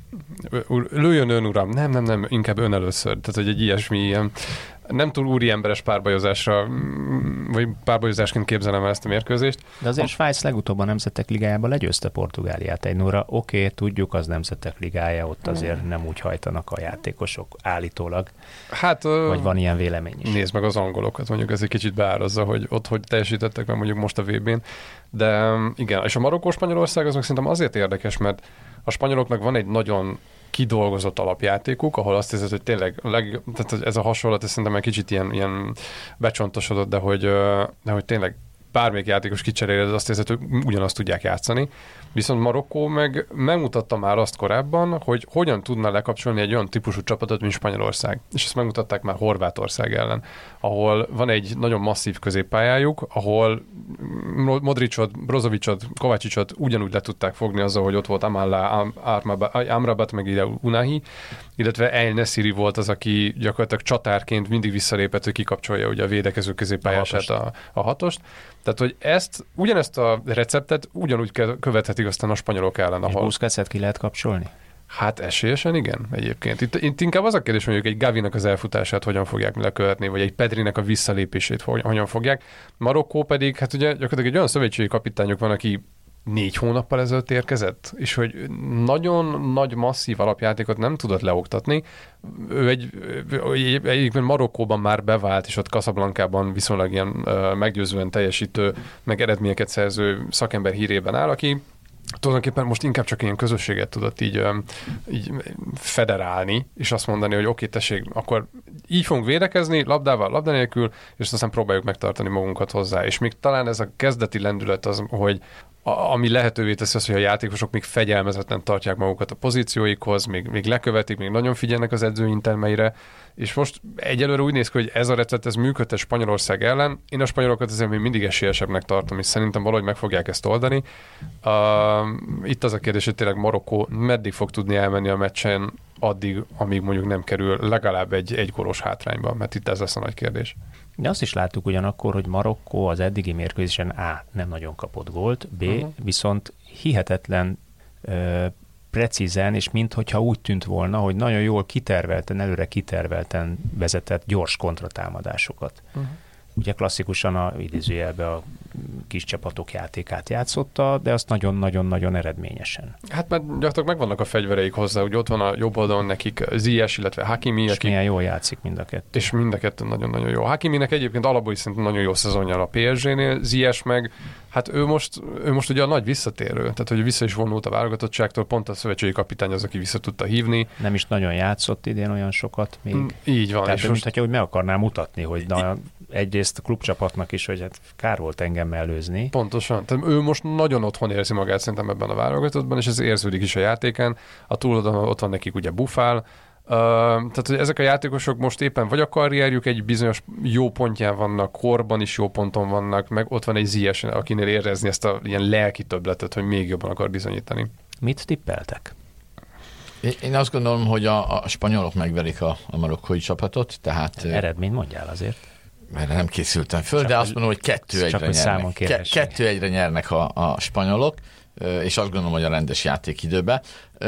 lőjön ön, uram, nem, nem, nem, inkább ön először, tehát hogy egy ilyesmi ilyen nem túl úri emberes párbajozásra, vagy párbajozásként képzelem el ezt a mérkőzést. De azért a Svájc legutóbb a Nemzetek Ligájában legyőzte Portugáliát egy nulla. Oké, okay, tudjuk, az Nemzetek Ligája, ott azért nem úgy hajtanak a játékosok állítólag. Hát, vagy van ilyen vélemény is? Nézd meg az angolokat, mondjuk ez egy kicsit beárazza, hogy ott hogy teljesítettek meg mondjuk most a vé bén. De igen, és a Marokkó-Spanyolország az meg szerintem azért érdekes, mert a spanyoloknak van egy nagyon kidolgozott alapjátékuk, ahol azt hiszed, hogy tényleg leg, tehát ez a hasonlat, ez szerintem egy kicsit ilyen, ilyen becsontosodott, de hogy, de hogy tényleg bármelyik játékos kicseréled, azt hiszed, hogy ugyanazt tudják játszani. Viszont Marokkó meg megmutatta már azt korábban, hogy hogyan tudna lekapcsolni egy olyan típusú csapatot, mint Spanyolország. És ezt megmutatták már Horvátország ellen, ahol van egy nagyon masszív középpályájuk, ahol Modricot, Brozovicsot, Kovácsicsot ugyanúgy le tudták fogni azzal, hogy ott volt Amalla, Amrabat, meg ide Unahi, illetve El Nesiri volt az, aki gyakorlatilag csatárként mindig visszalépett, hogy kikapcsolja ugye a védekező középpályását, a, a hatost. Tehát, hogy ezt, ugyanezt a receptet ugyanúgy követhetik aztán a spanyolok ellen, ahol... És Busquetset ki lehet kapcsolni? Hát esélyesen igen, egyébként. Itt, itt inkább az a kérdés, mondjuk egy Gavinak az elfutását hogyan fogják lekövetni, vagy egy Pedrinek a visszalépését hogyan fogják. Marokkó pedig, hát ugye gyakorlatilag egy olyan szövetségi kapitányok van, aki négy hónappal ezelőtt érkezett, és hogy nagyon nagy, masszív alapjátékot nem tudott leoktatni. Ő egy, egyébként Marokkóban már bevált, és ott Casablancában viszonylag ilyen uh, meggyőzően teljesítő, meg eredményeket szerző szakember hírében áll, aki tulajdonképpen most inkább csak ilyen közösséget tudott így, így federálni, és azt mondani, hogy oké, okay, tessék, akkor így fogunk védekezni, labdával, labda nélkül, és aztán próbáljuk megtartani magunkat hozzá. És még talán ez a kezdeti lendület az, hogy ami lehetővé teszi azt, hogy a játékosok még fegyelmezetten tartják magukat a pozícióikhoz, még, még lekövetik, még nagyon figyelnek az edző intelmeire, és most egyelőre úgy néz ki, hogy ez a recept, ez működhet Spanyolország ellen. Én a spanyolokat azért még mindig esélyesebbnek tartom, és szerintem valahogy meg fogják ezt oldani. Uh, itt az a kérdés, hogy tényleg Marokkó meddig fog tudni elmenni a meccsen addig, amíg mondjuk nem kerül legalább egy, egy gólos hátrányba, mert itt ez lesz a nagy kérdés. De azt is láttuk ugyanakkor, hogy Marokkó az eddigi mérkőzésen A. nem nagyon kapott gólt, B. Uh-huh. viszont hihetetlen uh, precízen, és minthogyha úgy tűnt volna, hogy nagyon jól kitervelten, előre kitervelten vezetett gyors kontratámadásokat. Uh-huh. Ugye klasszikusan a idézőjelben a kis csapatok játékát játszotta, de azt nagyon-nagyon-nagyon eredményesen. Hát mert gyakorlatilag megvannak a fegyvereik hozzá, ugye ott van a jobb oldalon nekik Ziyech, illetve Hakimi. És akik... milyen jól játszik mind a kettő. És mind a kettő nagyon-nagyon jó. Hakiminek egyébként alapból is szerintem nagyon jó szezonja a pé es gé-nél, Ziyech meg, hát ő most, ő most ugye a nagy visszatérő, tehát hogy vissza is vonult a válogatottságtól, pont a szövetségi kapitány az, aki vissza tudta hívni. Nem is nagyon játszott idén olyan sokat még. Mm, így van. Tehát és ő, most... mintha úgy meg akarná mutatni, hogy na, egyrészt a klubcsapatnak is, hogy hát kár volt engem mellőzni. Pontosan. Tehát ő most nagyon otthon érzi magát szerintem ebben a válogatottban, és ez érződik is a játékán. A túloldalon ott van nekik ugye Buffal. Uh, tehát, hogy ezek a játékosok most éppen vagy a karrierjük egy bizonyos jó pontján vannak, korban is jó ponton vannak, meg ott van egy Ziyech, akinél érezni ezt a ilyen lelki többletet, hogy még jobban akar bizonyítani. Mit tippeltek? Én azt gondolom, hogy a, a spanyolok megverik a, a marokkói csapatot, tehát... Eredményt mondjál azért. Mert nem készültem föl, csak de azt mondom, hogy kettő egyre nyernek. Ke- kettő egyre nyernek a, a spanyolok, és azt gondolom, hogy a rendes játékidőben.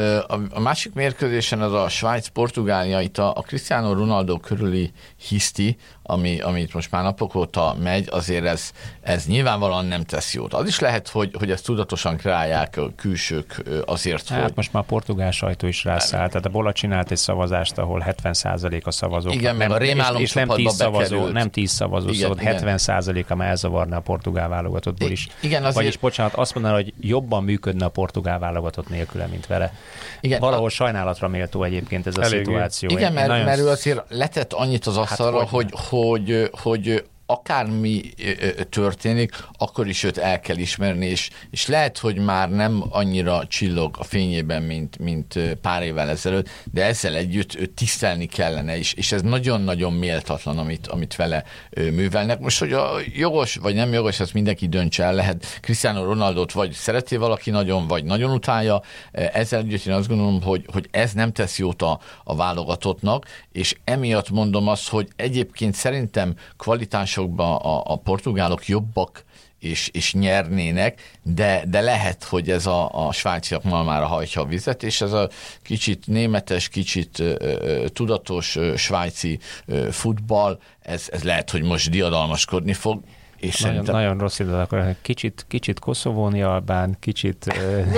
A másik mérkőzésen az a Svájc-Portugália, itt a, a Cristiano Ronaldo körüli hiszti, ami, amit most már napok óta megy, azért ez, ez nyilvánvalóan nem tesz jót. Az is lehet, hogy, hogy ezt tudatosan kreálják a külsők azért, hát hogy... most már a portugál sajtó is rászállt, tehát a Bola csinált egy szavazást, ahol hetven százalék a szavazók. Igen, meg a rémálom és, és nem tíz szavazó, nem tíz szavazó, igen, szóval igen. hetven százaléka már elzavarna a portugál válogatottból is. Igen, azért... Vagyis, bocsánat, azt mondaná, hogy jobban működne a portugál válogatott nélküle, mint vele. Igen, valahol a... sajnálatra méltó egyébként ez a Elég szituáció. Igen, mert, nagyon... mert ő azért letett annyit az asztalra, hát, hogy, hogy, hogy, hogy akármi történik, akkor is őt el kell ismerni, és, és lehet, hogy már nem annyira csillog a fényében, mint, mint pár évvel ezelőtt, de ezzel együtt őt tisztelni kellene, és, és ez nagyon-nagyon méltatlan, amit, amit vele művelnek. Most, hogy a jogos vagy nem jogos, ezt mindenki döntse el, lehet Cristiano Ronaldot vagy szereti valaki nagyon, vagy nagyon utálja, ezzel együtt én azt gondolom, hogy, hogy ez nem tesz jót a, a válogatottnak, és emiatt mondom azt, hogy egyébként szerintem kvalitások A, a portugálok jobbak és, és nyernének, de, de lehet, hogy ez a, a svájciak malmára hajtja a vizet, és ez a kicsit németes, kicsit ö, tudatos ö, svájci ö, futball, ez, ez lehet, hogy most diadalmaskodni fog. És nagyon, szerintem... nagyon rossz idő, akkor kicsit, kicsit koszovóni albán, kicsit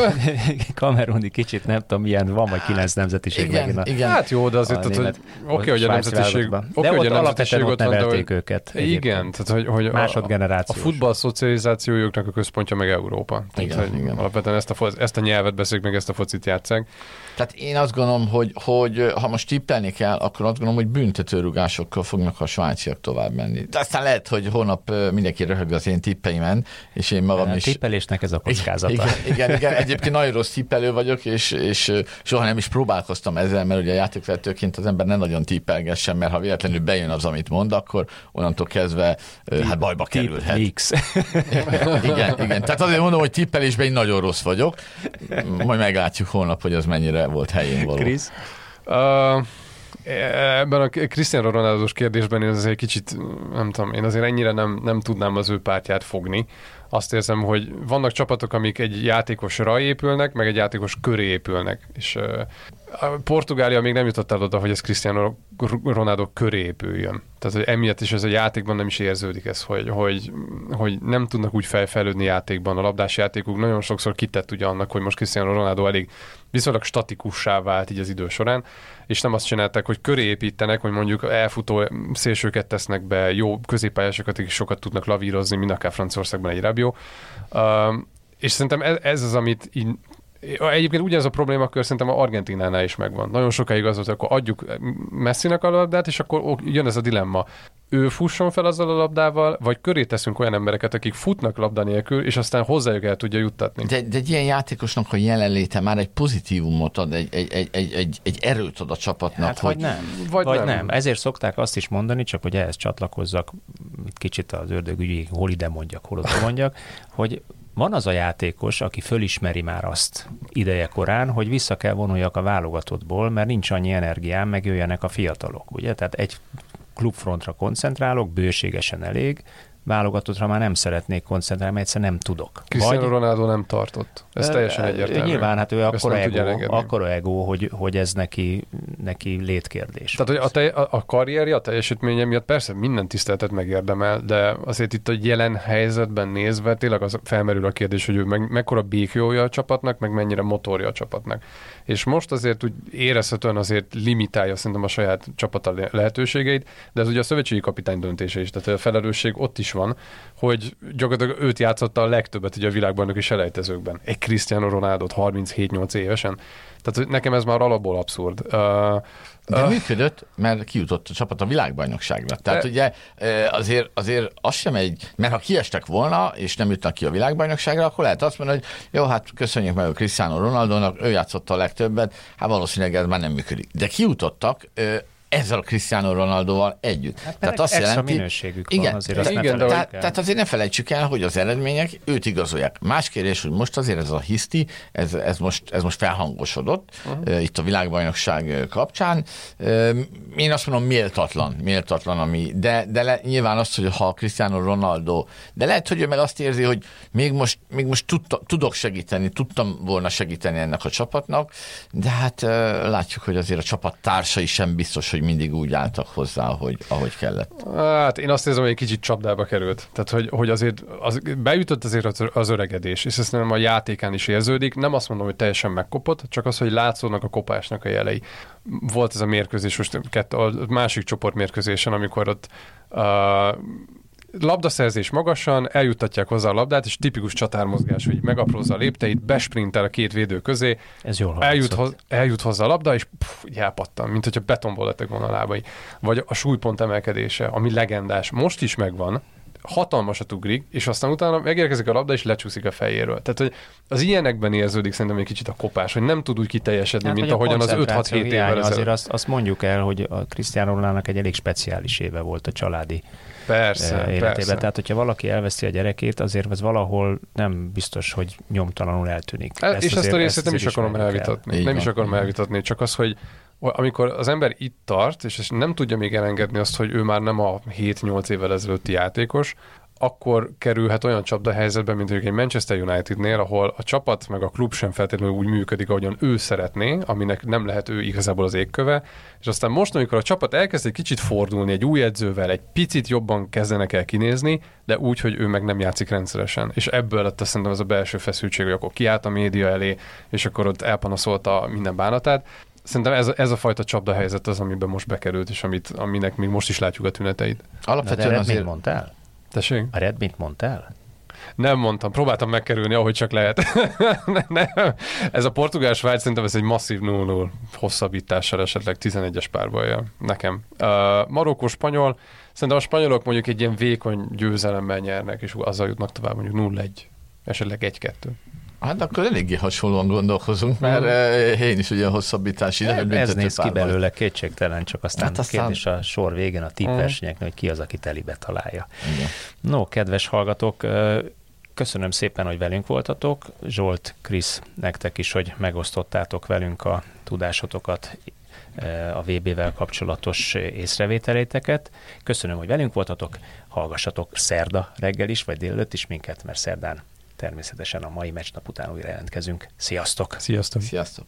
kameruni, kicsit nem tudom, milyen, van vagy kilenc nemzetiség igen, megint. A, igen. Hát jó, de azért, tehát, hogy oké, okay, hogy a nemzetiség, okay, de hogy ott a alapvetően ott nevelték de, őket. Igen, tehát hogy, hogy másodgenerációs. A, a futball szocializációjuknak a központja meg Európa. Igen, tehát, igen. Alapvetően ezt a, ezt a nyelvet beszélik, meg ezt a focit játsszák. Tehát én azt gondolom, hogy, hogy ha most tippelni kell, akkor azt gondolom, hogy büntetőrúgásokkal fognak a svájciak tovább menni. De aztán lehet, hogy holnap mindenki röhög az én tippeimen, és én magam a is... tippelésnek ez a kockázata. Igen, igen, igen, egyébként nagyon rossz tippelő vagyok, és, és soha nem is próbálkoztam ezzel, mert ugye játékvezetőként az ember nem nagyon tippelgessen, mert ha véletlenül bejön az, amit mond, akkor onnantól kezdve Tip, hát bajba kerülhet. Igen, igen. Tehát azért mondom, hogy tippelésben én nagyon rossz vagyok. Majd meglátjuk holnap, hogy az mennyire volt helyén való. Krisz? Uh, ebben a Cristiano Ronaldo-s kérdésben én azért egy kicsit, nem tudom, én azért ennyire nem, nem tudnám az ő pártját fogni. Azt érzem, hogy vannak csapatok, amik egy játékosra épülnek, meg egy játékos köré épülnek. És uh, a Portugália még nem jutott el oda, hogy ez Cristiano Ronaldo köré épüljön. Tehát, hogy emiatt is ez a játékban nem is érződik ez, hogy, hogy, hogy nem tudnak úgy felfejlődni játékban. A labdás játékuk nagyon sokszor kitett ugye annak, hogy most Cristiano Ronaldo elég viszonylag statikussá vált így az idő során, és nem azt csinálták, hogy köré építenek, hogy mondjuk elfutó szélsőket tesznek be, jó középpályásokat, akik sokat tudnak lavírozni, mint akár Franciaországban egy Rabiot. Uh, és szerintem ez, ez az, amit így egyébként ugyanez a problémakör szerintem a Argentinánál is megvan. Nagyon sokáig az volt, akkor adjuk Messinek a labdát, és akkor jön ez a dilemma. Ő fusson fel azzal a labdával, vagy köré teszünk olyan embereket, akik futnak labda nélkül, és aztán hozzájuk el tudja juttatni. De, de egy ilyen játékosnak a jelenléte már egy pozitívumot ad, egy, egy, egy, egy, egy, egy erőt ad a csapatnak. Hát hogy... vagy nem. Vagy, vagy nem. nem. Ezért szokták azt is mondani, csak hogy ehhez csatlakozzak, kicsit az ördögügyi, hol ide mondjak, hol oda mondjak, hogy van az a játékos, aki fölismeri már azt ideje korán, hogy vissza kell vonuljak a válogatottból, mert nincs annyi energiám, megjöjjenek a fiatalok, ugye? Tehát egy klubfrontra koncentrálok, bőségesen elég, válogatottra már nem szeretnék koncentrálni, mert egyszerűen nem tudok. Cristiano Vagy, Ronaldo nem tartott. Ez teljesen egyértelmű. Nyilván, hát ő akkora ego, akkora ego hogy, hogy ez neki, neki létkérdés. Tehát, hogy a, te, a, a karrierje, a teljesítménye miatt persze minden tiszteletet megérdemel, de azért itt a jelen helyzetben nézve tényleg az felmerül a kérdés, hogy ő meg, mekkora békjója a csapatnak, meg mennyire motorja a csapatnak. És most azért úgy érezhetően azért limitálja szerintem a saját csapata lehetőségeit, de ez ugye a szövetségi kapitány döntése is, tehát a felelősség ott is van, hogy gyakorlatilag őt játszotta a legtöbbet ugye a világbajnoki selejtezőkben. Egy Cristiano Ronaldot harminchét-nyolc évesen. Tehát nekem ez már alapból abszurd. Uh, De uh, működött, mert kijutott a csapat a világbajnokságra. Tehát de... ugye azért, azért az sem egy, mert ha kiestek volna, és nem jutnak ki a világbajnokságra, akkor lehet azt mondani, hogy jó, hát köszönjük meg a Cristiano Ronaldónak, ő játszotta a legtöbbet, hát valószínűleg ez már nem működik. De kijutottak ezzel a Cristiano Ronaldóval együtt. Hát tehát azt jelenti, minőségük igen, van, azért igen, igen, de tehát, tehát azért ne felejtsük el, hogy az eredmények őt igazolják. Más kérdés, hogy most azért ez a hiszti, ez, ez, most, ez most felhangosodott uh-huh. itt a világbajnokság kapcsán. Én azt mondom, méltatlan, méltatlan, ami, de, de le, nyilván azt, hogy ha Cristiano Ronaldo, de lehet, hogy ő meg azt érzi, hogy még most, még most tudta, tudok segíteni, tudtam volna segíteni ennek a csapatnak, de hát látjuk, hogy azért a csapat társai sem biztos, hogy mindig úgy álltak hozzá, ahogy, ahogy kellett. Hát én azt érzem, hogy egy kicsit csapdába került. Tehát, hogy, hogy azért az, bejutott azért az, az öregedés, és ezt nem a játékán is érződik. Nem azt mondom, hogy teljesen megkopott, csak az, hogy látszódnak a kopásnak a jelei. Volt ez a mérkőzés, most a másik csoportmérkőzésen, amikor ott uh, labdaszerzés magasan, eljuttatják hozzá a labdát, és tipikus csatármozgás, hogy megaprózza a lépteit, besprintel a két védő közé, ez jól eljut, hoz, eljut hozzá a labda, és pff, elpattan, mint hogyha betonból lettek volna a lábai. Vagy a súlypont emelkedése, ami legendás, most is megvan, hatalmasat ugrik, és aztán utána megérkezik a labda, és lecsúszik a fejéről. Tehát, hogy az ilyenekben érződik szerintem egy kicsit a kopás, hogy nem tud úgy kiteljesedni, hát, mint ahogyan az öt-hat-hét évvel ezelőtt. Azért azt, azt mondjuk el, hogy a Cristiano Ronaldonak egy elég speciális éve volt a családi persze, életében. persze. Tehát, hogyha valaki elveszi a gyerekét, azért ez valahol nem biztos, hogy nyomtalanul eltűnik. El, ezt és ezt a részét nem is akarom elvitatni. Nem is akarom elvitatni, csak az, hogy amikor az ember itt tart, és nem tudja még elengedni azt, hogy ő már nem a hét-nyolc évvel ezelőtti játékos, akkor kerülhet olyan csapdahelyzetbe, mint mondjuk egy Manchester Unitednél, ahol a csapat meg a klub sem feltétlenül úgy működik, ahogyan ő szeretné, aminek nem lehet ő igazából az égköve, és aztán most, amikor a csapat elkezd egy kicsit fordulni egy új edzővel, egy picit jobban kezdenek el kinézni, de úgy, hogy ő meg nem játszik rendszeresen. És ebből lett szerintem ez a belső feszültség, hogy akkor kiállt a média elé, és akkor ott elpanaszolta minden bánatát. Szerintem ez, ez a fajta csapdahelyzet az, amiben most bekerült, és amit, aminek még most is látjuk a tüneteit. Alapvetően de azért mondtál? Tessék? A Redmit mondtál? Nem mondtam, próbáltam megkerülni, ahogy csak lehet. Nem. Ez a portugál-svájc szerintem ez egy masszív nulla nulla hosszabbítással, esetleg tizenegyes párbajjal nekem. Uh, Marokkó-spanyol, szerintem a spanyolok mondjuk egy ilyen vékony győzelemmel nyernek, és azzal jutnak tovább mondjuk nulla egy, esetleg egy kettő. Hát akkor eléggé hasonlóan gondolkozunk, mert mm. én is ugye hosszabbítás ide. Ez, ez néz ki belőle, kétségtelen, csak aztán, hát aztán kérdés a sor végén a tippversenyeknek, hogy ki az, aki telibe találja. Igen. No, kedves hallgatók, köszönöm szépen, hogy velünk voltatok. Zsolt, Krisz, nektek is, hogy megosztottátok velünk a tudásotokat, a vé bé-vel kapcsolatos észrevételéteket. Köszönöm, hogy velünk voltatok. Hallgassatok szerda reggel is, vagy délelőtt is minket, mert szerdán természetesen a mai meccsnap után újra jelentkezünk. Sziasztok! Sziasztok! Sziasztok!